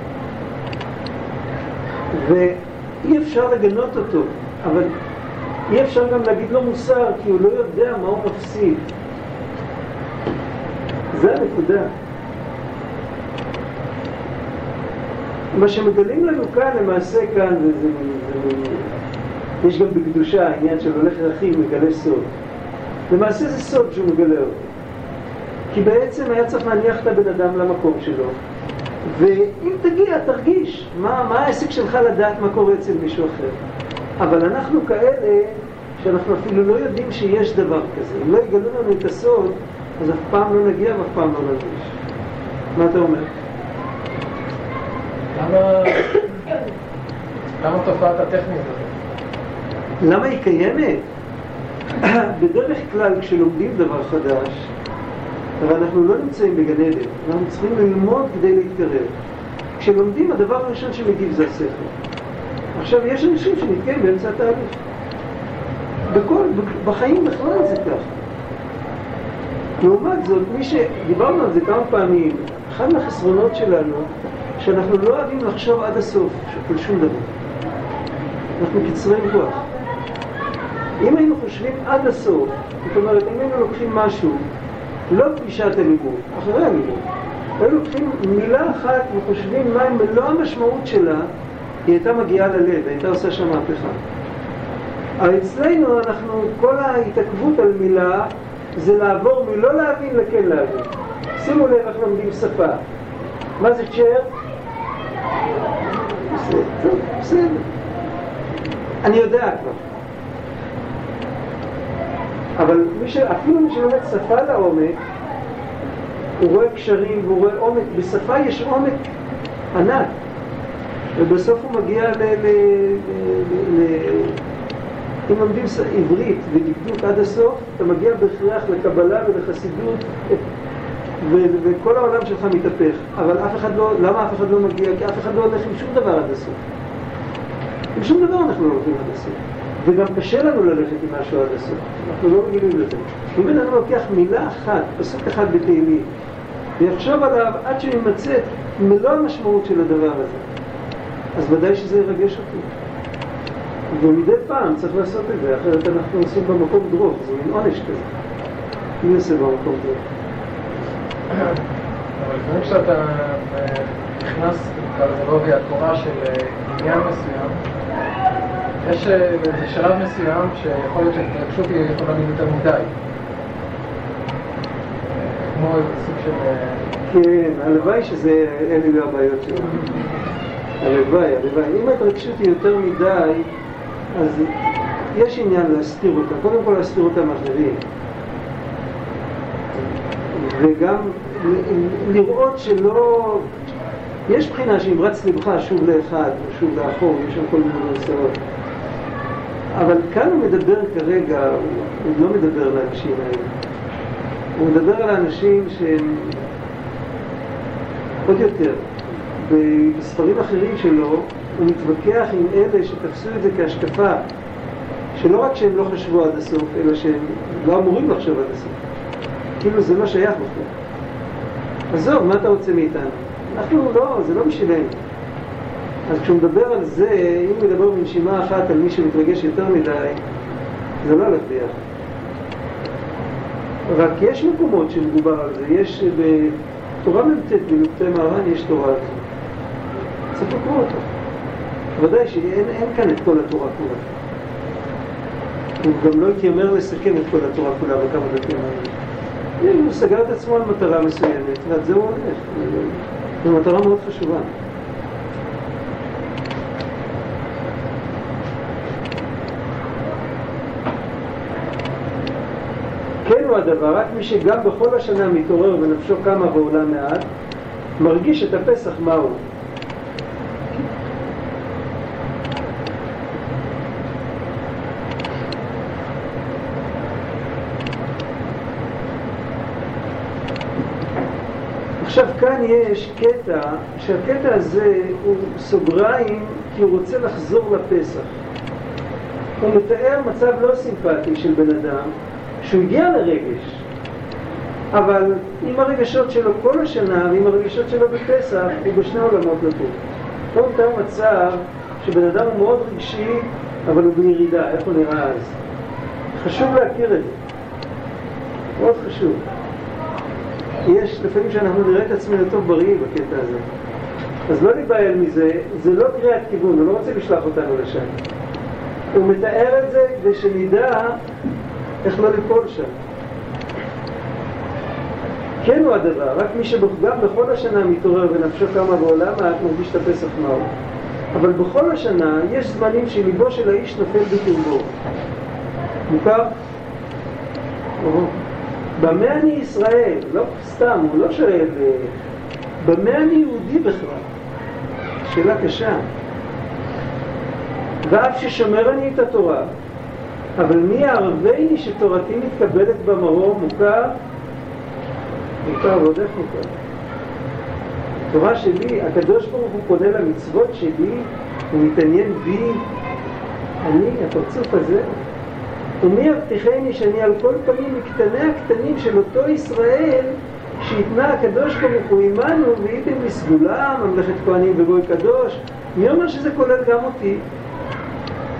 ואי אפשר לגנות אותו, אבל אי אפשר גם להגיד לו מוסר, כי הוא לא יודע מה הוא מפסיד. זה הנקודה. מה שמגלים לנו כאן, למעשה כאן, זה, זה, זה, זה, יש גם בקדושה, העניין של הולך רכיב מגלה סוד. למעשה זה סוד שהוא מגלה אותו. כי בעצם היה צריך להניח את הבן אדם למקום שלו. ואם תגיע, תרגיש. מה, מה העסק שלך לדעת מה קורה אצל מישהו אחר? אבל אנחנו כאלה שאנחנו אפילו לא יודעים שיש דבר כזה. אם לא יגלו לנו את הסוד, אז אף פעם לא נגיע ואף פעם לא נרגיש. מה אתה אומר? למה... למה תופעת הטכנית הזאת? למה היא קיימת? בדרך כלל כשלומדים דבר חדש, אבל אנחנו לא נמצאים בגן עדן, אנחנו צריכים ללמוד כדי להתקרב. כשלומדים הדבר הראשון שמגיב זה השכל. עכשיו יש אנשים שנתקיים באמצע התהליך. בכל, בחיים בכלל זה ככה. לעומת זאת, מי שדיברנו על זה כמה פעמים, אחד מהחסרונות שלנו, שאנחנו לא אוהבים לחשוב עד הסוף, של שום דבר. אנחנו קצרי רוח. אם היינו חושבים עד הסוף, זאת אומרת, אם היינו לוקחים משהו, לא פגישת הלימוד, אחרי הלימוד, היינו לוקחים מילה אחת וחושבים מה מלוא המשמעות שלה, היא הייתה מגיעה ללב, הייתה עושה שם מהפכה. אבל אצלנו אנחנו, כל ההתעכבות על מילה, זה לעבור מלא להבין לכן להבין. שימו לב איך לומדים שפה. מה זה צ'ר? בסדר, טוב, בסדר. אני יודע כבר. אבל מי ש... אפילו מי שלומד שפה לעומק, הוא רואה קשרים והוא רואה עומק. בשפה יש עומק ענק. ובסוף הוא מגיע ל... ל... ל... ל... אם לומדים עברית ודקדוק עד הסוף, אתה מגיע בהכרח לקבלה ולחסידות, ו... וכל העולם שלך מתהפך. אבל אף אחד לא... למה אף אחד לא מגיע? כי אף אחד לא הולך עם שום דבר עד הסוף. עם שום דבר אנחנו לא הולכים עד הסוף. וגם קשה לנו ללכת עם משהו עד הסוף. אנחנו לא רגילים לזה. אם אני לוקח מילה אחת, פסוק אחד בתהילים, ויחשוב עליו עד שימצא את מלוא המשמעות של הדבר הזה, אז ודאי שזה ירגש אותי. ומדי פעם צריך לעשות את זה, אחרת אנחנו עושים במקום דרוך, זה מין עונש כזה. מי עושה במקום דרוך? אבל לפעמים כשאתה נכנס לרובעי התורה של עניין מסוים, יש בשלב מסוים שיכול להיות שההתרגשות היא יכולה להיות יותר מדי. כמו סוג של... כן, הלוואי שזה, אין לי הבעיות שלו. הלוואי, הלוואי. אם ההתרגשות היא יותר מדי, אז יש עניין להסתיר אותה. קודם כל להסתיר אותה מאחרים. וגם לראות שלא... יש בחינה שימרץ לבך שוב לאחד, שוב לאחור, יש שם כל מיני נושאות. אבל כאן הוא מדבר כרגע, הוא לא מדבר לאנשים האלה. הוא מדבר על האנשים שהם עוד יותר. בספרים אחרים שלו, הוא מתווכח עם אלה שתפסו את זה כהשקפה, שלא רק שהם לא חשבו עד הסוף, אלא שהם לא אמורים לחשוב עד הסוף. כאילו זה לא שייך בכלל. עזוב, מה אתה רוצה מאיתנו? אנחנו לא, זה לא בשבילנו. אז כשהוא מדבר על זה, אם הוא מדבר בנשימה אחת על מי שמתרגש יותר מדי, זה לא הולך ביחד. רק יש מקומות שמדובר על זה, יש בתורה ממתת, בלוקטי מהר"ן יש תורה על זה. צריך לקרוא אותה. ודאי שאין אין כאן את כל התורה כולה. הוא גם לא התיימר לסכם את כל התורה כולה בכמה דקים האלה. הוא סגר את עצמו על מטרה מסוימת, ועד זה הוא הולך. זו מטרה מאוד חשובה. כן הוא הדבר, רק מי שגם בכל השנה מתעורר ונפשו קמה ועולה מעט, מרגיש את הפסח מהו. עכשיו כאן יש קטע, שהקטע הזה הוא סוגריים כי הוא רוצה לחזור לפסח. הוא מתאר מצב לא סימפטי של בן אדם, שהוא הגיע לרגש, אבל עם הרגשות שלו כל השנה ועם הרגשות שלו בפסח הוא בשני עולמות לטוב. פה מתאר מצב שבן אדם הוא מאוד רגשי, אבל הוא בירידה, איך הוא נראה אז. חשוב להכיר את זה. מאוד חשוב. יש לפעמים שאנחנו נראה את עצמנו טוב בריא בקטע הזה. אז לא נבעל מזה, זה לא קריאת כיוון, הוא לא רוצה לשלח אותנו לשם. הוא מתאר את זה כדי שנדע איך לא ליפול שם. כן הוא הדבר, רק מי שגם בכל השנה מתעורר ונפשו כמה בעולם מעט מרגיש את הפסח מהו. אבל בכל השנה יש זמנים שליבו של האיש נופל בקרבו. מוכר? במה אני ישראל? לא סתם, הוא לא שואל במה אני יהודי בכלל? שאלה קשה. ואף ששומר אני את התורה, אבל מי יערבני שתורתי מתקבלת במרום? מוכר? מוכר, ועוד איך מוכר? התורה שלי, הקדוש ברוך הוא פונה למצוות שלי, הוא מתעניין בי, אני, הפרצוף הזה, ומי יבטיחני שאני על כל פנים מקטני הקטנים של אותו ישראל שהתנה הקדוש ברוך הוא עמנו והייתם לסגולה, ממלכת כהנים וגוי קדוש. מי אומר שזה כולל גם אותי?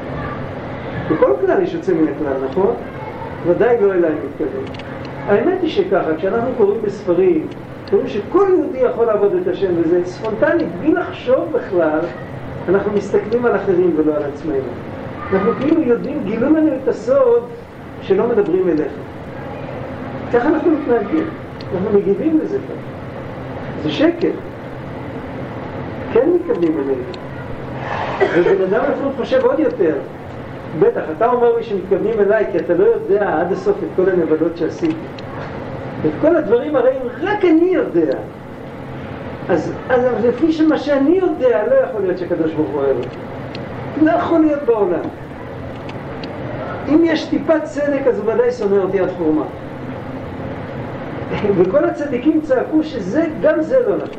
בכל כלל יש יוצא מן הכלל, נכון? ודאי לא אליי מתכוון. האמת היא שככה, כשאנחנו קוראים בספרים, קוראים שכל יהודי יכול לעבוד את השם, וזה ספונטני, בלי לחשוב בכלל, אנחנו מסתכלים על אחרים ולא על עצמנו. אנחנו כאילו יודעים, גילו לנו את הסוד שלא מדברים אליך. ככה אנחנו מתנהגים, אנחנו מגיבים לזה כאן. זה שקר. כן מתכוונים אלינו. ובן אדם לפעמים חושב עוד יותר. בטח, אתה אומר לי שמתכוונים אליי, כי אתה לא יודע עד הסוף את כל הנבלות שעשיתי. את כל הדברים הרעים רק אני יודע. אז, אז לפי שמה שאני יודע, לא יכול להיות שהקדוש ברוך הוא אוהב אותי. לא יכול להיות בעולם. אם יש טיפת צדק, אז הוא ודאי שונא אותי עד חורמה. וכל הצדיקים צעקו שזה, גם זה לא נכון.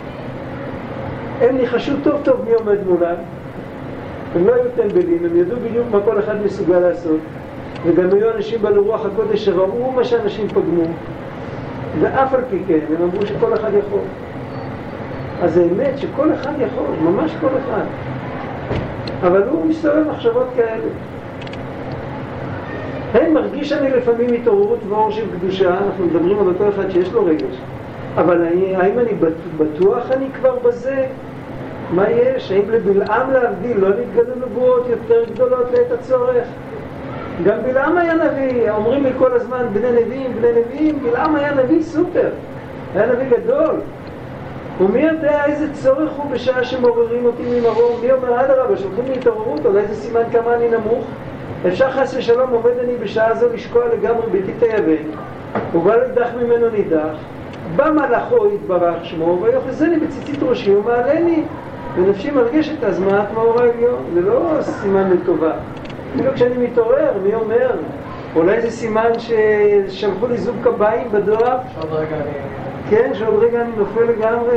הם ניחשו טוב טוב מי עומד מולם. הם לא היו טמבלים, הם ידעו בדיוק מה כל אחד מסוגל לעשות. וגם היו אנשים בעלי רוח הקודש שראו מה שאנשים פגמו. ואף על פי כן, הם אמרו שכל אחד יכול. אז האמת שכל אחד יכול, ממש כל אחד. אבל הוא מסתובב מחשבות כאלה. הם מרגיש אני לפעמים התעוררות ואור של קדושה, אנחנו מדברים על אותו אחד שיש לו רגש. אבל אני, האם אני בטוח אני כבר בזה? מה יש? האם לבלעם להבדיל לא נתגלו נבואות יותר גדולות לעת הצורך? גם בלעם היה נביא, אומרים לי כל הזמן בני נביאים, בני נביאים, בלעם היה נביא סופר, היה נביא גדול. ומי יודע איזה צורך הוא בשעה שמעוררים אותי ממרור? מי אומר עד הרבה, שולחים לי התעוררות, אולי זה סימן כמה אני נמוך? אפשר חס ושלום עומד אני בשעה זו לשקוע לגמרי בלתי תייבן, ובא לידח ממנו נידח, בא מלאכו יתברך שמו, ויוחזני בציצית ראשי ומעלני, ונפשי מרגשת אז מעט מאור העליון. זה לא סימן לטובה. אפילו כשאני מתעורר, מי אומר? אולי זה סימן ששלחו לי זוג קביים בדואר? שעוד רגע אני... כן, שעוד רגע אני נופל לגמרי.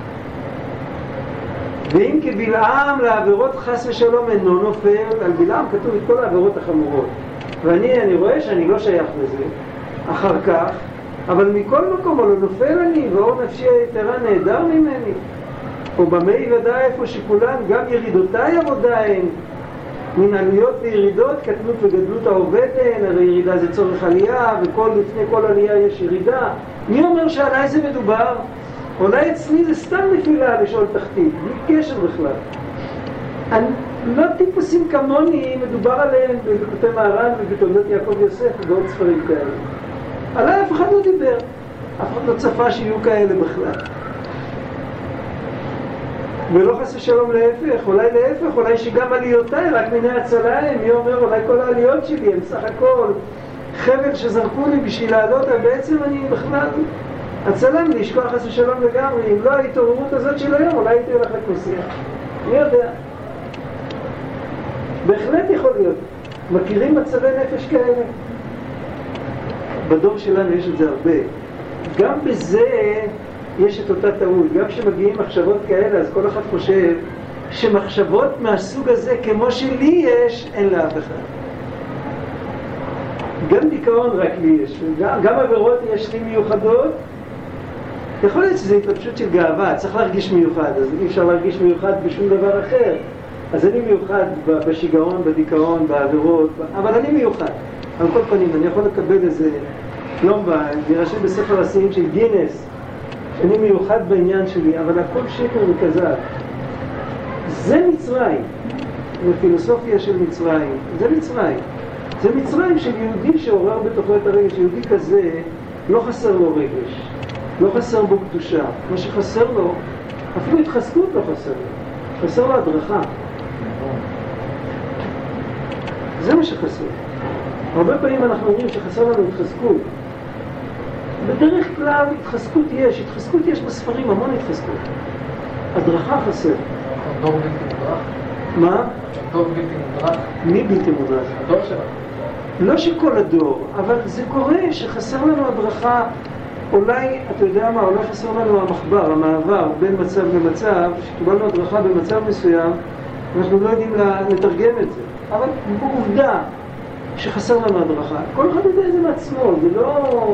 ואם כבלעם לעבירות חס ושלום אינו נופל, על בלעם כתוב את כל העבירות החמורות. ואני אני רואה שאני לא שייך לזה, אחר כך, אבל מכל מקום לא נופל אני, ואור נפשי היתרה נהדר ממני. ובמי ודאי איפה שכולן, גם ירידותיי עבודה הן, מן עליות וירידות, קטנות וגדלות העובד הן, הרי ירידה זה צורך עלייה, וכל לפני כל עלייה יש ירידה. מי אומר שעליי זה מדובר? אולי אצלי זה סתם נפילה לשאול תחתית, בלי קשר בכלל. אני, לא טיפוסים כמוני מדובר עליהם בליקוטי מהר"ן ובתולדות יעקב יוסף ובעוד ספרים כאלה. עליי אף אחד לא דיבר, אף אחד לא צפה שיהיו כאלה בכלל. ולא חס ושלום להפך, אולי להפך, אולי שגם עליותיי רק מיני הצלה הם, מי אומר אולי כל העליות שלי הם סך הכל חבל שזרקו לי בשביל לעלות, אבל בעצם אני בכלל הצלם לי, לשכוח חס ושלום לגמרי. אם לא ההתעוררות הזאת של היום, אולי הייתי הולך לכוסייה. מי יודע? בהחלט יכול להיות. מכירים מצבי נפש כאלה? בדור שלנו יש את זה הרבה. גם בזה יש את אותה טעות. גם כשמגיעים מחשבות כאלה, אז כל אחד חושב שמחשבות מהסוג הזה, כמו שלי יש, אין לאף אחד. גם דיכאון רק לי יש. גם, גם עבירות יש לי מיוחדות. יכול להיות שזו התלבשות של גאווה, צריך להרגיש מיוחד, אז אי אפשר להרגיש מיוחד בשום דבר אחר. אז אני מיוחד בשיגעון, בדיכאון, בעבירות, אבל אני מיוחד. על כל פנים, אני יכול לקבל איזה לומבה, להירשם בספר השיאים של גינס, שאני מיוחד בעניין שלי, אבל הכל שקר וכזב. זה מצרים, זה פילוסופיה של מצרים, זה מצרים. זה מצרים של יהודי שעורר בתוכו את הרגש. יהודי כזה לא חסר לו רגש, לא חסר בו קדושה. מה שחסר לו, אפילו התחזקות לא חסר לו, חסר לו הדרכה. זה מה שחסר. הרבה פעמים אנחנו אומרים שחסר לנו התחזקות. בדרך כלל התחזקות יש, התחזקות יש בספרים, המון התחזקות. הדרכה חסר. דור בלתי מודרך? מה? דור בלתי מודרך? מי בלתי מודרך? הדור שלנו. לא שכל הדור, אבל זה קורה שחסר לנו הדרכה. אולי, אתה יודע מה, אולי חסר לנו המחבר, המעבר בין מצב למצב, שקיבלנו הדרכה במצב מסוים, אנחנו לא יודעים לתרגם את זה. אבל בעובדה שחסר לנו הדרכה. כל אחד יודע את זה מעצמו, זה לא...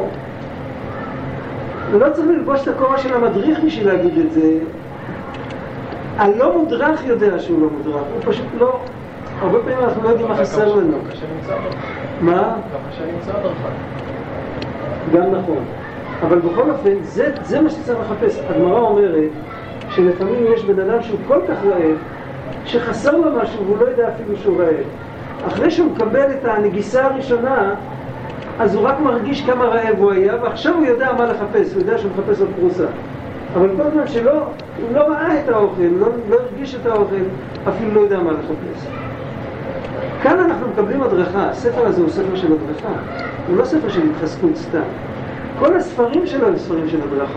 לא צריך ללבוש את הכובע של המדריך בשביל להגיד את זה. הלא מודרך יודע שהוא לא מודרך, הוא פשוט לא... הרבה פעמים אנחנו לא יודעים מה חסר לנו. גם קשה למצוא דרכה. מה? גם קשה למצוא דרכה. גם נכון. אבל בכל אופן, זה, זה מה שצריך לחפש. הגמרא אומרת שלפעמים יש בן אדם שהוא כל כך רעב, שחסר לו משהו והוא לא יודע אפילו שהוא רעב. אחרי שהוא מקבל את הנגיסה הראשונה, אז הוא רק מרגיש כמה רעב הוא היה, ועכשיו הוא יודע מה לחפש, הוא יודע שהוא מחפש עוד פרוסה. אבל כל הזמן שלא, הוא לא ראה את האוכל, לא, לא הרגיש את האוכל, אפילו לא יודע מה לחפש. כאן אנחנו מקבלים הדרכה. הספר הזה הוא ספר של הדרכה, הוא לא ספר של התחזקות סתם. כל הספרים שלו הם ספרים של הדרכה.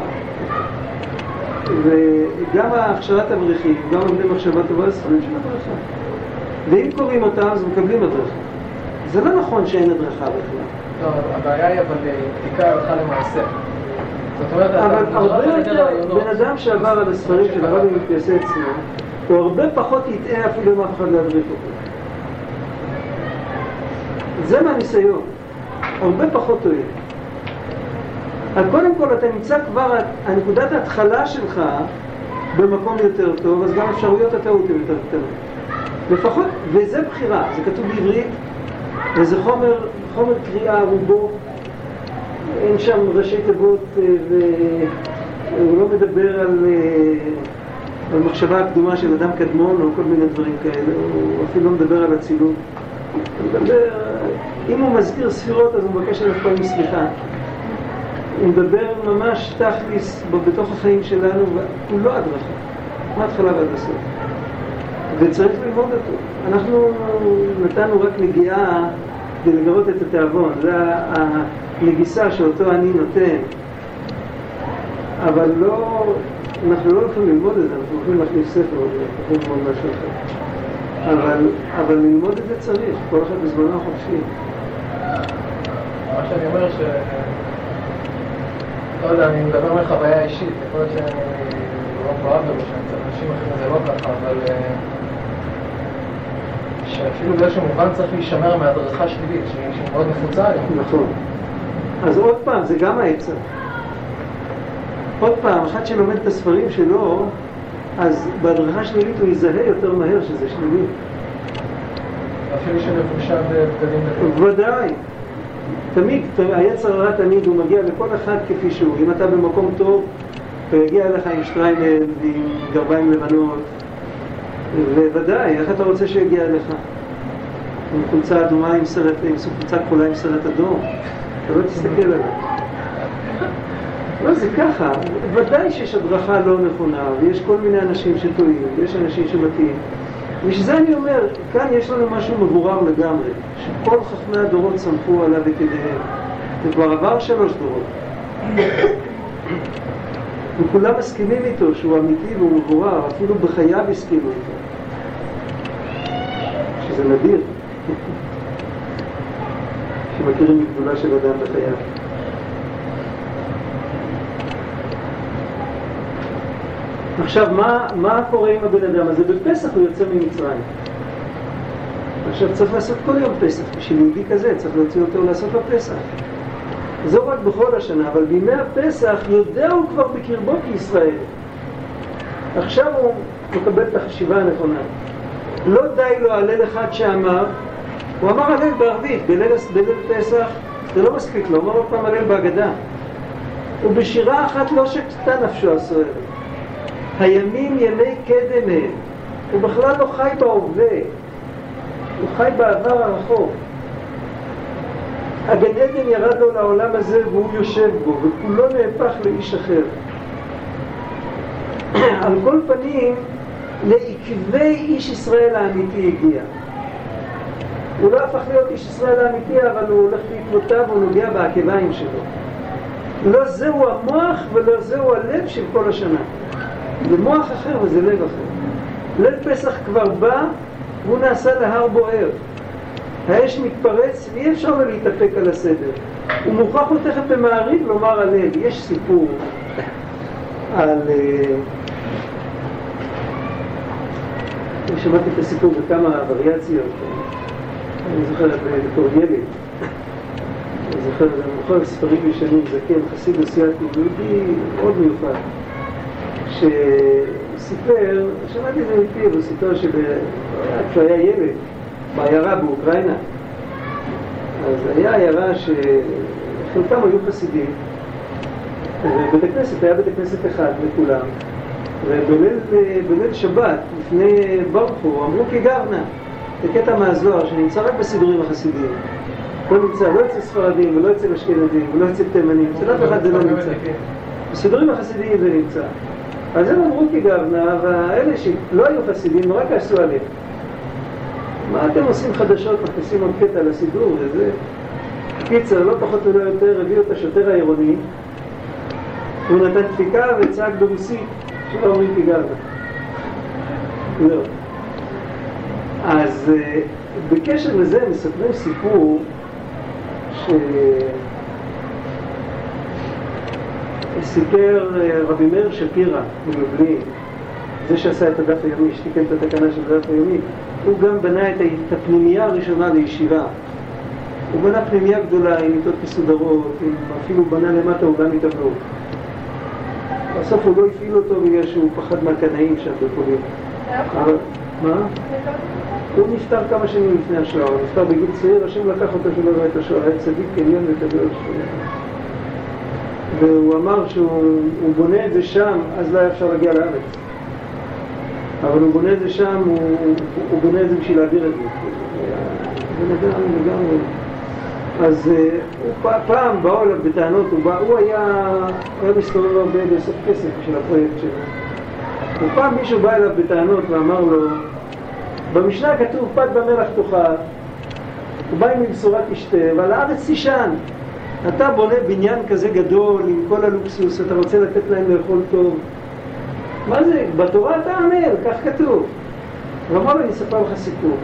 וגם הכשרת אברכים, גם עובדי מחשבה טובה, ספרים של הדרכה. ואם קוראים אותם, אז מקבלים הדרכה. זה לא נכון שאין הדרכה בכלל. לא, הבעיה היא אבל בדיקה הלכה למעשה. זאת אומרת, אבל הרבה יותר, בן אדם שעבר על הספרים של הרבי מפיאסי עצמו, הוא הרבה פחות יטעה אפילו אם אף אחד לא ידריך אותו. זה מהניסיון. הרבה פחות טועה. אז קודם כל אתה נמצא כבר, הנקודת ההתחלה שלך במקום יותר טוב, אז גם אפשרויות הטעות הן יותר קטנות. לפחות, וזה בחירה, זה כתוב בעברית, וזה חומר, חומר קריאה רובו, אין שם ראשי תיבות, והוא לא מדבר על, על מחשבה הקדומה של אדם קדמון או כל מיני דברים כאלה, הוא אפילו לא מדבר על הצילות. הוא מדבר, אם הוא מזכיר ספירות אז הוא מבקש אלף פעמים סליחה. הוא מדבר ממש תכליס בתוך החיים שלנו, והוא לא הדרכה, מההתחלה ועד הסוף. וצריך ללמוד אותו. אנחנו נתנו רק נגיעה כדי לגרות את התיאבון, זה הנגיסה שאותו אני נותן. אבל לא, אנחנו לא הולכים ללמוד את זה, אנחנו הולכים להכניס ספר, אנחנו הולכים ללמוד משהו אחר. אבל, אבל ללמוד את זה צריך, כל אחד בזמנו החופשי. מה שאני אומר ש... לא יודע, אני מדבר מחוויה אישית, יכול להיות שאני לא פועל בו, שאנשים אחרים זה לא ככה, אבל שאפילו באיזשהו מובן צריך להישמר מהדרכה שלילית, שהיא מאוד נפוצה היום. נכון. אז עוד פעם, זה גם העצה. עוד פעם, אחד שלומד את הספרים שלו, אז בהדרכה שלילית הוא יזהה יותר מהר שזה שלילי. אפילו שלבושה בבגדים דתיים. ודאי. תמיד, היצר הרע תמיד, הוא מגיע לכל אחד כפי שהוא. אם אתה במקום טוב, הוא יגיע אליך עם שטריימל ועם גרביים לבנות. וודאי, איך אתה רוצה שיגיע אליך? עם חולצה אדומה עם סרט, עם חולצה כחולה עם סרט אדום. אתה לא תסתכל עליו. לא, זה ככה. ודאי שיש הדרכה לא נכונה, ויש כל מיני אנשים שטועים, ויש אנשים שמתאים. ושזה אני אומר, כאן יש לנו משהו מבורר לגמרי, שכל חכמי הדורות סמכו עליו את ידיהם. זה כבר עבר שלוש דורות. וכולם מסכימים איתו שהוא אמיתי והוא מבורר, אפילו בחייו הסכימו איתו. שזה נדיר. שמכירים מגבולה של אדם בחייו. עכשיו, מה, מה קורה עם הבן אדם הזה? בפסח הוא יוצא ממצרים. עכשיו צריך לעשות כל יום פסח. בשביל יהודי כזה צריך להוציא אותו לעשות לו פסח. זו רק בכל השנה, אבל בימי הפסח יודע הוא כבר בקרבו כישראל. עכשיו הוא מקבל את החשיבה הנכונה. לא די לו הלל אחד שאמר, הוא אמר הלל בערבית, בליל, בליל פסח, זה לא מספיק לו, הוא אמר עוד פעם הלל בהגדה. ובשירה אחת לא שקטה נפשו הסוערת. הימים ימי קדם הם. הוא בכלל לא חי בהווה, הוא חי בעבר הרחוק. הגן עדן ירד לו לעולם הזה והוא יושב בו, וכולו נהפך לאיש אחר. על כל פנים, לעקבי איש ישראל האמיתי הגיע. הוא לא הפך להיות איש ישראל האמיתי, אבל הוא הולך בעקבותיו והוא נוגע בעקביים שלו. לא זהו המוח ולא זהו הלב של כל השנה. זה מוח אחר וזה לב אחר. ליל פסח כבר בא והוא נעשה להר בוער. האש מתפרץ ואי אפשר לו להתאפק על הסדר. הוא מוכרח הוא תכף במעריב לומר הלל. יש סיפור על... אני שמעתי את הסיפור בכמה וריאציות. אני זוכר בתור ילד. אני זוכר, אני מוכר ספרים ישנים, זקן, חסיד אסיאתי, יהודי מאוד מיוחד. שסיפר, שמעתי את זה מפי, הוא סיפר כשהוא היה ילד, בעיירה באוקראינה. אז היה עיירה שחלקם היו חסידים, ובית הכנסת היה בית הכנסת אחד לכולם, ובליל שבת, לפני ברחו, אמרו כגרנה, זה קטע מהזוהר שנמצא רק בסידורים החסידיים. לא נמצא, לא אצל ספרדים, ולא אצל אשכנזים, ולא אצל תימנים, אצל אף אחד זה לא נמצא. בסידורים החסידיים זה נמצא. אז הם אמרו כגרנה, והאלה שלא היו חסידים, נורא כעסו עליהם. מה אתם עושים חדשות, מכניסים עוד קטע לסידור וזה? קיצר, לא פחות ולא יותר, הביאו את השוטר העירוני, הוא נתן דפיקה וצעק ברוסית, שלא אומרים כגרנה. זהו. אז בקשר לזה מספרים סיפור שסיפר רבי מאיר שפירא מלובלין, זה שעשה את הדף היומי, שתיקן את התקנה של הדף היומי, הוא גם בנה את הפנימייה הראשונה לישיבה. הוא בנה פנימייה גדולה עם מיטות מסודרות, אפילו בנה למטה הוא גם התאבלות. בסוף הוא לא הפעיל אותו בגלל שהוא פחד מהקנאים שם בפולין. מה? הוא נפטר כמה שנים לפני השואה, הוא נפטר בגיל צעיר, השם לקח אותו שלא ראה את השואה, היה צדיק עליון וקדוש. והוא אמר שהוא בונה את זה שם, אז לא היה אפשר להגיע לארץ. אבל הוא בונה את זה שם, הוא, הוא בונה את זה בשביל להעביר את זה. זה נגמר לגמרי. אז הוא פעם באו אליו בטענות, הוא, בא, הוא היה, היה מסתובב הרבה בסוף כסף של הפרויקט שלו. ופעם מישהו בא אליו בטענות ואמר לו, במשנה כתוב פת במלח תאכל, הוא בא עם בשורת תשתה, ועל הארץ תישן. אתה בונה בניין כזה גדול עם כל הלוקסוס, אתה רוצה לתת להם לאכול טוב. מה זה? בתורה אתה עמל, כך כתוב. ואמר לו, אני אספר לך סיפור.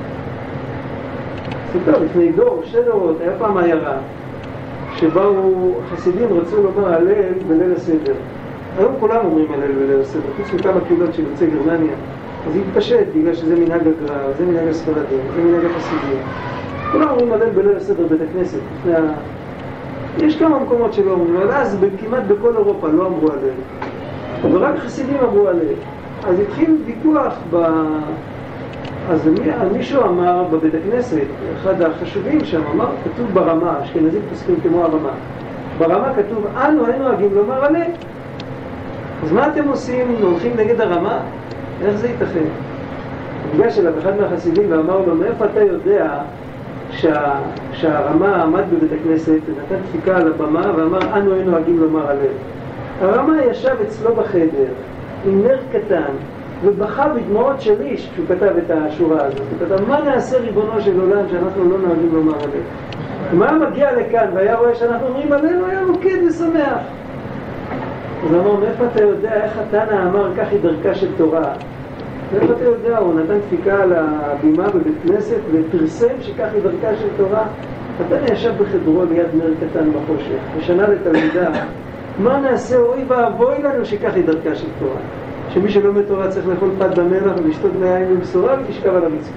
סיפר לפני דור, שתי דורות, היה פעם עיירה, שבאו חסידים רצו לומר הלל בליל הסדר. היום כולם אומרים הלל בליל הסדר, חוץ מכמה קהילות של יוצאי גרמניה. אז היא התפשט בגלל שזה מנהג הגר"א, זה מנהג הספרדים, זה מנהג החסידים. כולם אומרים הלל בליל הסדר בית הכנסת. לפני ה... יש כמה מקומות שלא אומרים, אבל אז כמעט בכל אירופה לא אמרו הלל. אבל רק חסידים אמרו הלל. אז התחיל ויכוח ב... אז מישהו אמר בבית הכנסת, אחד החשובים שם אמר, כתוב ברמה, אשכנזים פוסקים כמו הרמה. ברמה כתוב, אנו היינו נוהגים לומר הלל. אז מה אתם עושים? הולכים נגד הרמה? איך זה ייתכן? ניגש אליו אחד מהחסידים ואמר לו, מאיפה אתה יודע שה... שהרמה עמד בבית הכנסת ונתן דפיקה על הבמה ואמר, אנו היינו נוהגים לומר הלל. הרמה ישב אצלו בחדר עם נר קטן ובכה בדמעות של איש כשהוא כתב את השורה הזאת. הוא כתב, מה נעשה ריבונו של עולם שאנחנו לא נוהגים לומר הלל? מה מגיע לכאן והיה רואה שאנחנו אומרים הלל, הוא היה רוקד ושמח. אז אמר, מאיפה אתה יודע איך התנא אמר כך היא דרכה של תורה? מאיפה אתה יודע? הוא נתן דפיקה על הבימה בבית כנסת ופרסם שכך היא דרכה של תורה. התנא ישב בחדרו ליד נר קטן בחושך ושנה לתלמידה, מה נעשה? אוי ואבוי לנו שכך היא דרכה של תורה. שמי שלומד תורה צריך לאכול פת במלח ולשתות מהיין בבשורה ותשכב על הרצפה.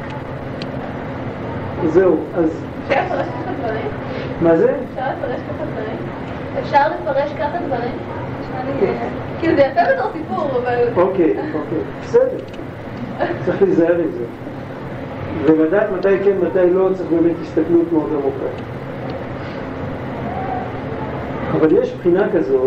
זהו, אז... אפשר לפרש ככה דברים? מה זה? אפשר לפרש ככה דברים? אפשר לפרש ככה דברים? כאילו זה יפה בתור סיפור, אבל... אוקיי, אוקיי, בסדר. צריך להיזהר עם זה. ולדעת מתי כן, מתי לא, צריך באמת הסתכלות מאוד עמוקה. אבל יש בחינה כזאת,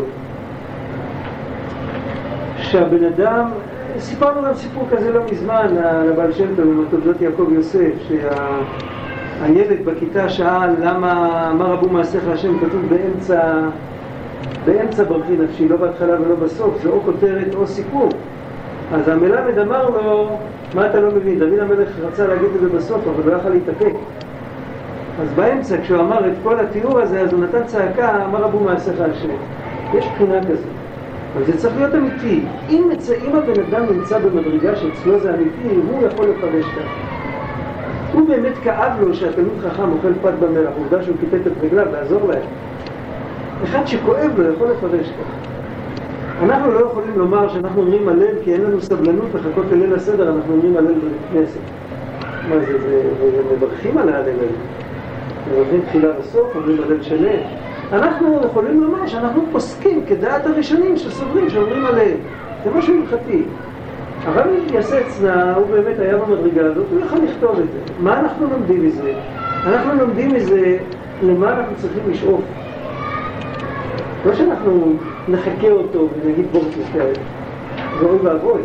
שהבן אדם, סיפרנו גם סיפור כזה לא מזמן, לבעל שם טוב עם התולדות יעקב יוסף, שהילד בכיתה שאל למה אמר רבו מעשיך השם כתוב באמצע, באמצע ברכי נפשי, לא בהתחלה ולא בסוף, זה או כותרת או סיפור. אז המלמד אמר לו, מה אתה לא מבין? דוד המלך רצה להגיד את זה בסוף, אבל לא יכל להתאפק. אז באמצע, כשהוא אמר את כל התיאור הזה, אז הוא נתן צעקה, אמר רבו מעשיך השם. יש בחינה כזאת. אבל זה צריך להיות אמיתי. אם, מצ... אם הבן אדם נמצא במדרגה שאצלו זה אמיתי, הוא יכול לפרש כך. הוא באמת כאב לו שהתלמיד חכם אוכל פת במלח, עובדה שהוא קיטט את רגליו, לעזור להם. אחד שכואב לו יכול לפרש כך. אנחנו לא יכולים לומר שאנחנו אומרים הלל כי אין לנו סבלנות לחכות לליל הסדר, אנחנו אומרים הלל בבית כנסת. מה זה, זה, זה מברכים על ההלל הזה. מברכים תחילה בסוף, אומרים הלל שני. אנחנו יכולים לומר שאנחנו פוסקים כדעת הראשונים שסוברים, שאומרים הלל. זה משהו הלכתי. הרב יסצנה, הוא באמת היה במדרגה הזאת, הוא יכול לכתוב את זה. מה אנחנו לומדים מזה? אנחנו לומדים מזה למה אנחנו צריכים לשאוף. לא שאנחנו נחכה אותו ונגיד בורט יותר, זה אוי ואבוי.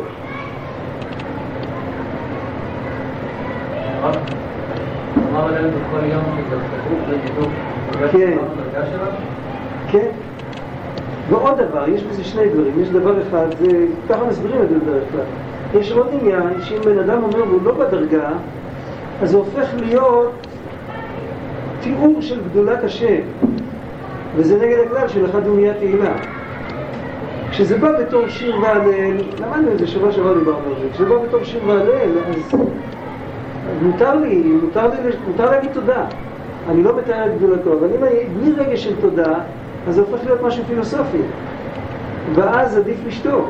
אמר עלינו בכל יום שתפתחו בדיוק כן. במדרגה שלנו? כן. ועוד דבר, יש בזה שני דברים. יש דבר אחד, זה, ככה מסבירים את זה בדרך כלל. יש עוד עניין שאם בן אדם אומר והוא לא בדרגה, אז זה הופך להיות תיאור של גדולת השם. וזה נגד הכלל של אחד דומיה תהילה. כשזה בא בתור שיר והלל, למדנו את זה שבוע שבוע דיברנו על זה, כשזה בא בתור שיר והלל, אז מותר לי, מותר לי, מותר להגיד תודה. אני לא מתאר את גדולתו, אבל אם אני בלי רגש של תודה, אז זה הופך להיות משהו פילוסופי. ואז עדיף לשתוק.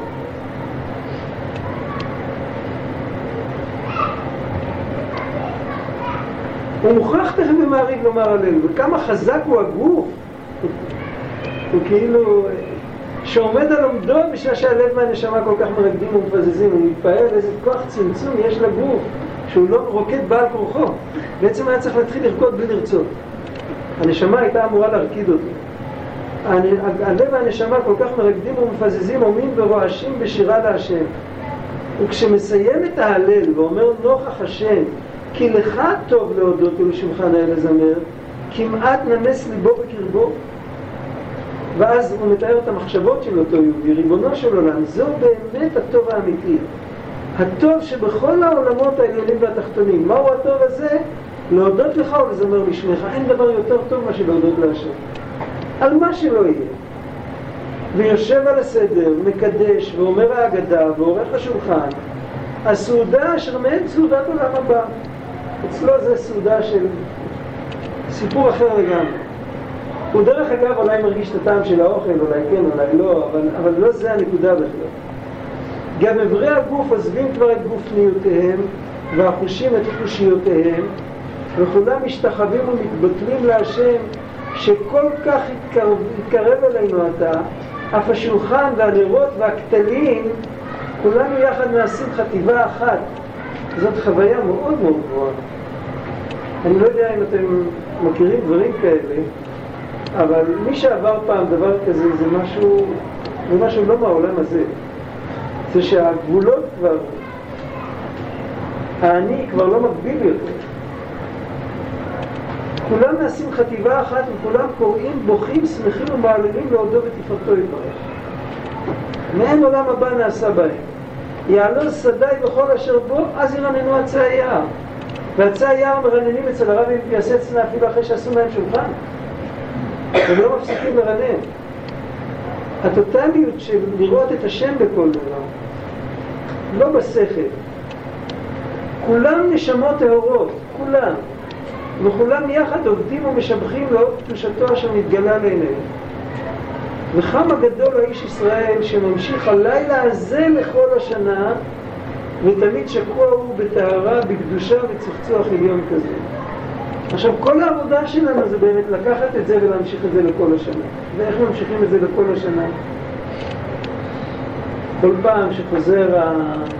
הוא מוכרח תכף במעריב לומר עלינו, וכמה חזק הוא הגוף. הוא כאילו שעומד על עומדו בשעה שהלב והנשמה כל כך מרקדים ומפזזים. הוא מתפעל איזה כוח צמצום יש לגוף, שהוא לא רוקד בעל כורחו. בעצם היה צריך להתחיל לרקוד בלי לרצות. הנשמה הייתה אמורה להרקיד אותו. הלב והנשמה כל כך מרקדים ומפזזים, עומים ורועשים בשירה להשם. וכשמסיים את ההלל ואומר נוכח השם, כי לך טוב להודות ולשמך נאה לזמר, כמעט נמס ליבו בקרבו. ואז הוא מתאר את המחשבות של אותו יהודי, ריבונו של עולם, זו באמת הטוב האמיתי. הטוב שבכל העולמות העליונים והתחתונים. מהו הטוב הזה? להודות לך ולזמר לשמך. אין דבר יותר טוב מה שלהודות להשם. על מה שלא יהיה. ויושב על הסדר, מקדש ואומר ההגדה ועורך השולחן, הסעודה אשר מעין סעודת עולם הבא. אצלו זה סעודה של סיפור אחר לגמרי. הוא דרך אגב אולי מרגיש את הטעם של האוכל, אולי כן, אולי לא, אבל, אבל לא זה הנקודה בכלל. גם עברי הגוף עוזבים כבר את גופניותיהם והחושים את חושיותיהם, וכולם משתחווים ומתבטלים להשם שכל כך התקרב, התקרב אלינו אתה, אף השולחן והנרות והכתלים, כולנו יחד נעשים חטיבה אחת. זאת חוויה מאוד מאוד גבוהה. אני לא יודע אם אתם מכירים דברים כאלה, אבל מי שעבר פעם דבר כזה זה משהו, זה משהו לא מהעולם הזה. זה שהגבולות כבר, האני כבר לא מגביל יותר. כולם נעשים חטיבה אחת וכולם קוראים, בוכים, שמחים ומעללים להודו ותפארתו יתברך. מעין עולם הבא נעשה בהם. יעלוז שדי בכל אשר בו, אז ירננו עצי היער. ועצי היער מרננים אצל הרב יסצנה אפילו אחרי שעשו מהם שולחן. הם לא מפסיקים לרנן. הטוטליות של לראות את השם בכל דבר, לא בשכל. כולם נשמות טהורות, כולם. וכולם יחד עובדים ומשבחים לאור קדושתו אשר מתגלה לעיניהם. וכמה גדול האיש ישראל שממשיך הלילה הזה לכל השנה, ותמיד שקוע הוא בטהרה, בקדושה וצחצוח עליון כזה. עכשיו, כל העבודה שלנו זה באמת לקחת את זה ולהמשיך את זה לכל השנה. ואיך ממשיכים את זה לכל השנה? כל פעם שחוזר ה...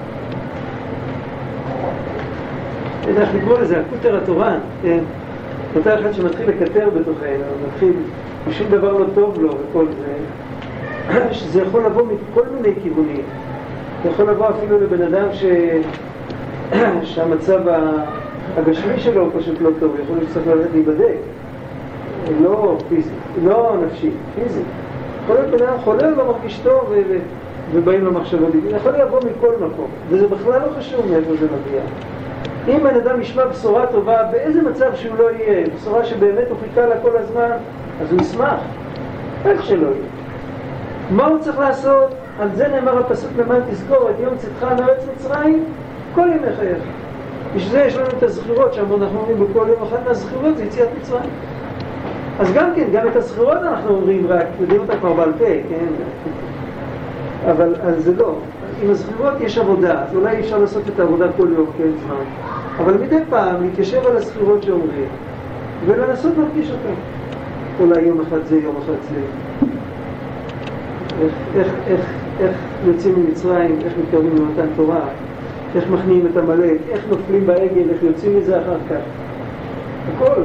אני יודע איך לקרוא לזה, הקוטר התורן, כן? אותה אחד שמתחיל לקטר בתוכנו, מתחיל, ושום דבר לא טוב לו וכל זה, שזה יכול לבוא מכל מיני כיוונים. זה יכול לבוא אפילו לבן אדם ש... שהמצב הגשמי שלו פשוט לא טוב, יכול להיות שצריך ללכת להיבדק. לא פיזי, לא נפשי, פיזי. יכול להיות בן אדם חולה לא מרגיש טוב ו... ובאים למחשבות. יכול לבוא מכל מקום, וזה בכלל לא חשוב מאיפה זה מגיע. אם בן אדם ישמע בשורה טובה, באיזה מצב שהוא לא יהיה, בשורה שבאמת הוא חיכה לה כל הזמן, אז הוא ישמח. איך שלא יהיה. מה הוא צריך לעשות? על זה נאמר הפסוק למען תזכור את יום צאתך מארץ מצרים, כל ימי חייך. בשביל זה יש לנו את הזכירות, שאנחנו אומרים בכל יום אחת מהזכירות, זה יציאת מצרים. אז גם כן, גם את הזכירות אנחנו אומרים, רק יודעים אותה כבר בעל פה, כן? אבל אז זה לא. עם הזכירות יש עבודה, אז אולי אפשר לעשות את העבודה כל יום, כן, זמן. אבל מדי פעם להתיישב על הזכירות שאומרים, ולנסות להרגיש אותם. אולי יום אחד זה, יום אחד זה. איך, איך, איך, איך יוצאים ממצרים, איך מתקרבים למתן תורה, איך מכניעים את עמלק, איך נופלים בעגל, איך יוצאים מזה אחר כך. הכל.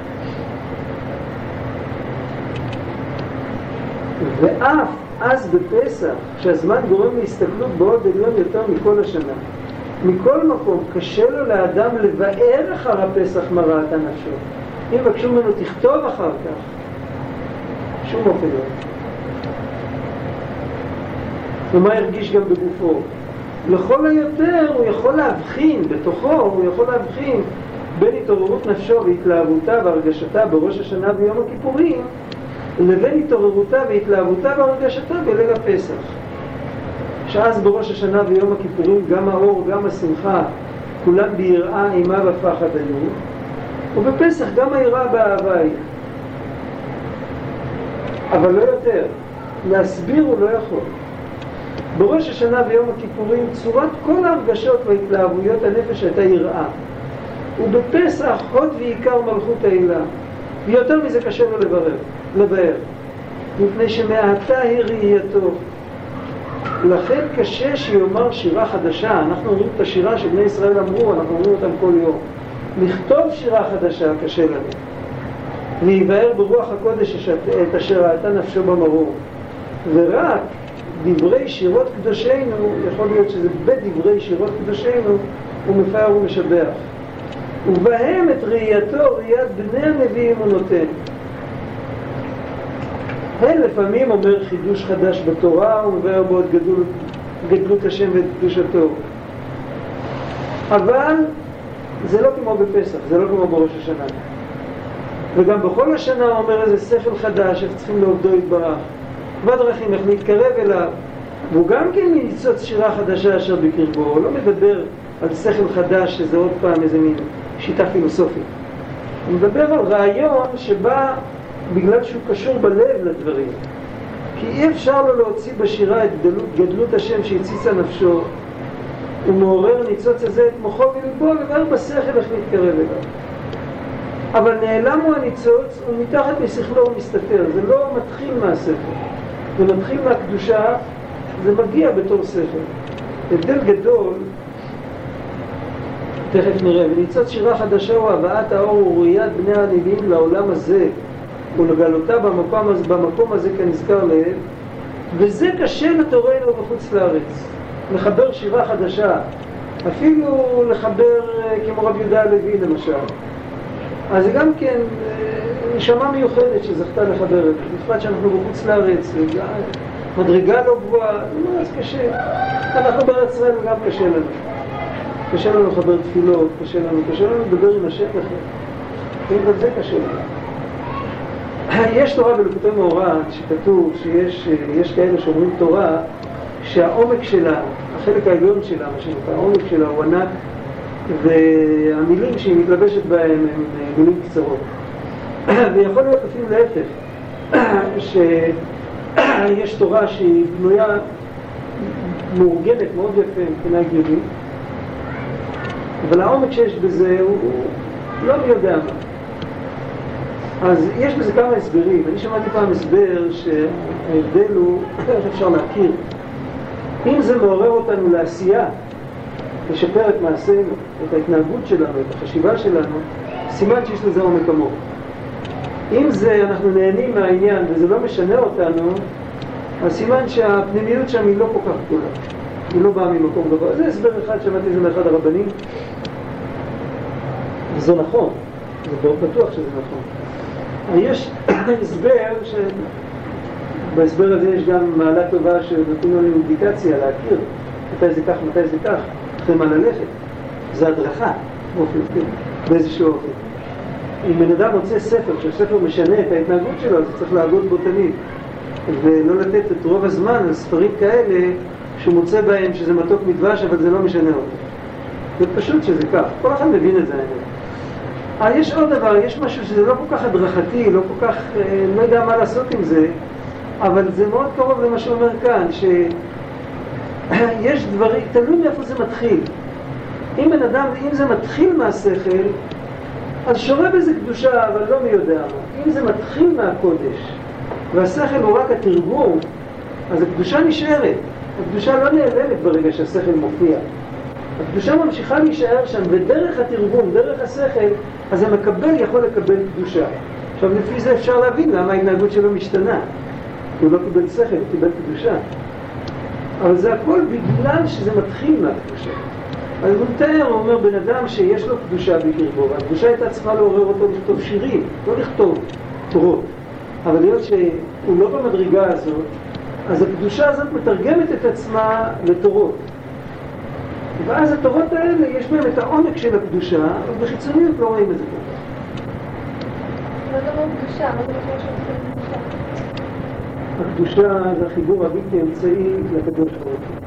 ואף אז בפסח, שהזמן גורם להסתכלות בעוד עליון יותר מכל השנה, מכל מקום קשה לו לאדם לבאר אחר הפסח מראת הנפשו. אם בקשו ממנו תכתוב אחר כך, שום אופן לא. ומה ירגיש גם בגופו? לכל היותר הוא יכול להבחין, בתוכו הוא יכול להבחין בין התעוררות נפשו והתלהבותה והרגשתה בראש השנה ביום הכיפורים, לבין התעוררותה והתלהבותה והרגשתה בליל הפסח. שאז בראש השנה ויום הכיפורים גם האור, גם השמחה, כולם ביראה, אימה ופחד היו, ובפסח גם היראה באהבה היא. אבל לא יותר, להסביר הוא לא יכול. בראש השנה ויום הכיפורים צורת כל ההרגשות וההתלהבויות הנפש הייתה יראה, ובפסח עוד ועיקר מלכות האלה, ויותר מזה קשה לו לברר, לבאר, מפני שמעתה היא ראייתו. לכן קשה שיאמר שירה חדשה. אנחנו אומרים את השירה שבני ישראל אמרו, אנחנו אומרים אותם כל יום. לכתוב שירה חדשה קשה לנו, להיבהר ברוח הקודש את אשר ראתה נפשו במרור. ורק דברי שירות קדושנו, יכול להיות שזה בדברי שירות קדושנו, הוא מפאר ומשבח. ובהם את ראייתו, ראיית בני הנביאים הוא נותן. הן לפעמים אומר חידוש חדש בתורה, ומבאר בו את גדלות, גדלות השם ואת קדושתו. אבל זה לא כמו בפסח, זה לא כמו בראש השנה. וגם בכל השנה הוא אומר איזה שכל חדש, איך צריכים לעובדו יתברך. בדרכים, איך להתקרב אליו. והוא גם כן ניצוץ שירה חדשה אשר בקרבו. הוא לא מדבר על שכל חדש, שזה עוד פעם איזה מין שיטה פילוסופית. הוא מדבר על רעיון שבא בגלל שהוא קשור בלב לדברים. כי אי אפשר לו להוציא בשירה את גדלות, גדלות השם שהציצה נפשו. הוא מעורר ניצוץ הזה את מוחו ולבו, וגם בשכל איך להתקרב אליו. אבל נעלם הוא הניצוץ, ומתחת לשכלו הוא מסתתר. זה לא מתחיל מהשכל. זה מתחיל מהקדושה, זה מגיע בתור שכל. הבדל גדול, תכף נראה, וניצוץ שירה חדשה הוא הבאת האור וראיית בני הנביאים לעולם הזה, ולגלותה במקום הזה, במקום הזה כנזכר לב, וזה קשה לתורנו בחוץ לארץ. לחבר שירה חדשה, אפילו לחבר כמו רב יהודה הלוי למשל. אז זה גם כן נשמה מיוחדת שזכתה לחבר את זה, בפרט שאנחנו בחוץ לארץ, מדרגה לא גבוהה, אז קשה. אנחנו בארץ ישראל גם קשה לנו. קשה לנו לחבר תפילות, קשה לנו, קשה לנו לדבר עם השם לכם. וגם זה קשה לנו. יש תורה בליקוטי מאורע שכתוב שיש יש כאלה שאומרים תורה שהעומק שלה, החלק העליון שלה, מה שנקרא, העומק שלה הוא ענק, והמילים שהיא מתלבשת בהם הם מילים קצרות. ויכול להיות אפילו להפך, שיש תורה שהיא בנויה, מאורגנת, מאוד יפה מבחינה הגיונית, אבל העומק שיש בזה הוא לא מי יודע מה. אז יש בזה כמה הסברים. אני שמעתי פעם הסבר שההבדל הוא, איך אפשר להכיר, אם זה מעורר אותנו לעשייה, לשפר את מעשינו, את ההתנהגות שלנו, את החשיבה שלנו, סימן שיש לזה עומק עמוק. אם זה אנחנו נהנים מהעניין וזה לא משנה אותנו, אז סימן שהפנימיות שם היא לא כל כך גדולה, היא לא באה ממקום גבוה. זה הסבר אחד, שמעתי זה מאחד הרבנים, וזה נכון, זה בטוח שזה נכון. יש הסבר, שבהסבר הזה יש גם מעלה טובה שנותנים לנו אינדיקציה להכיר מתי זה כך, מתי זה כך, אחרי מה ללכת. זה הדרכה, באיזשהו אופן. אם בן אדם רוצה ספר, שהספר משנה את ההתנהגות שלו, אז צריך לעבוד בו תמיד. ולא לתת את רוב הזמן על ספרים כאלה שהוא מוצא בהם שזה מתוק מדבש, אבל זה לא משנה אותו. זה פשוט שזה כך, כל אחד מבין את זה. אבל יש עוד דבר, יש משהו שזה לא כל כך הדרכתי, לא כל כך, לא יודע מה לעשות עם זה, אבל זה מאוד קרוב למה שאומר כאן, שיש דברים, תלוי מאיפה זה מתחיל. אם בן אדם, אם זה מתחיל מהשכל, אז שורה בזה קדושה, אבל לא מי יודע מה. אם זה מתחיל מהקודש, והשכל הוא רק התרגום, אז הקדושה נשארת. הקדושה לא נעלמת ברגע שהשכל מופיע. הקדושה ממשיכה להישאר שם, ודרך התרגום, דרך השכל, אז המקבל יכול לקבל קדושה. עכשיו, לפי זה אפשר להבין למה ההתנהגות שלו משתנה. כי הוא לא קיבל שכל, הוא קיבל קדושה. אבל זה הכל בגלל שזה מתחיל מהקדושה. אז הוא מתאר, הוא אומר, בן אדם שיש לו קדושה בקרבו, והקדושה הייתה צריכה לעורר אותו לכתוב שירים, לא לכתוב תורות. אבל להיות שהוא לא במדרגה הזאת, אז הקדושה הזאת מתרגמת את עצמה לתורות. ואז התורות האלה, יש בהם את העומק של הקדושה, אבל בחיצוניות לא רואים את זה כל כך. מה זה לא קדושה? מה זה לא קדושה? הקדושה זה החיבור הבלתי אמצעי לקדוש ברוך הוא.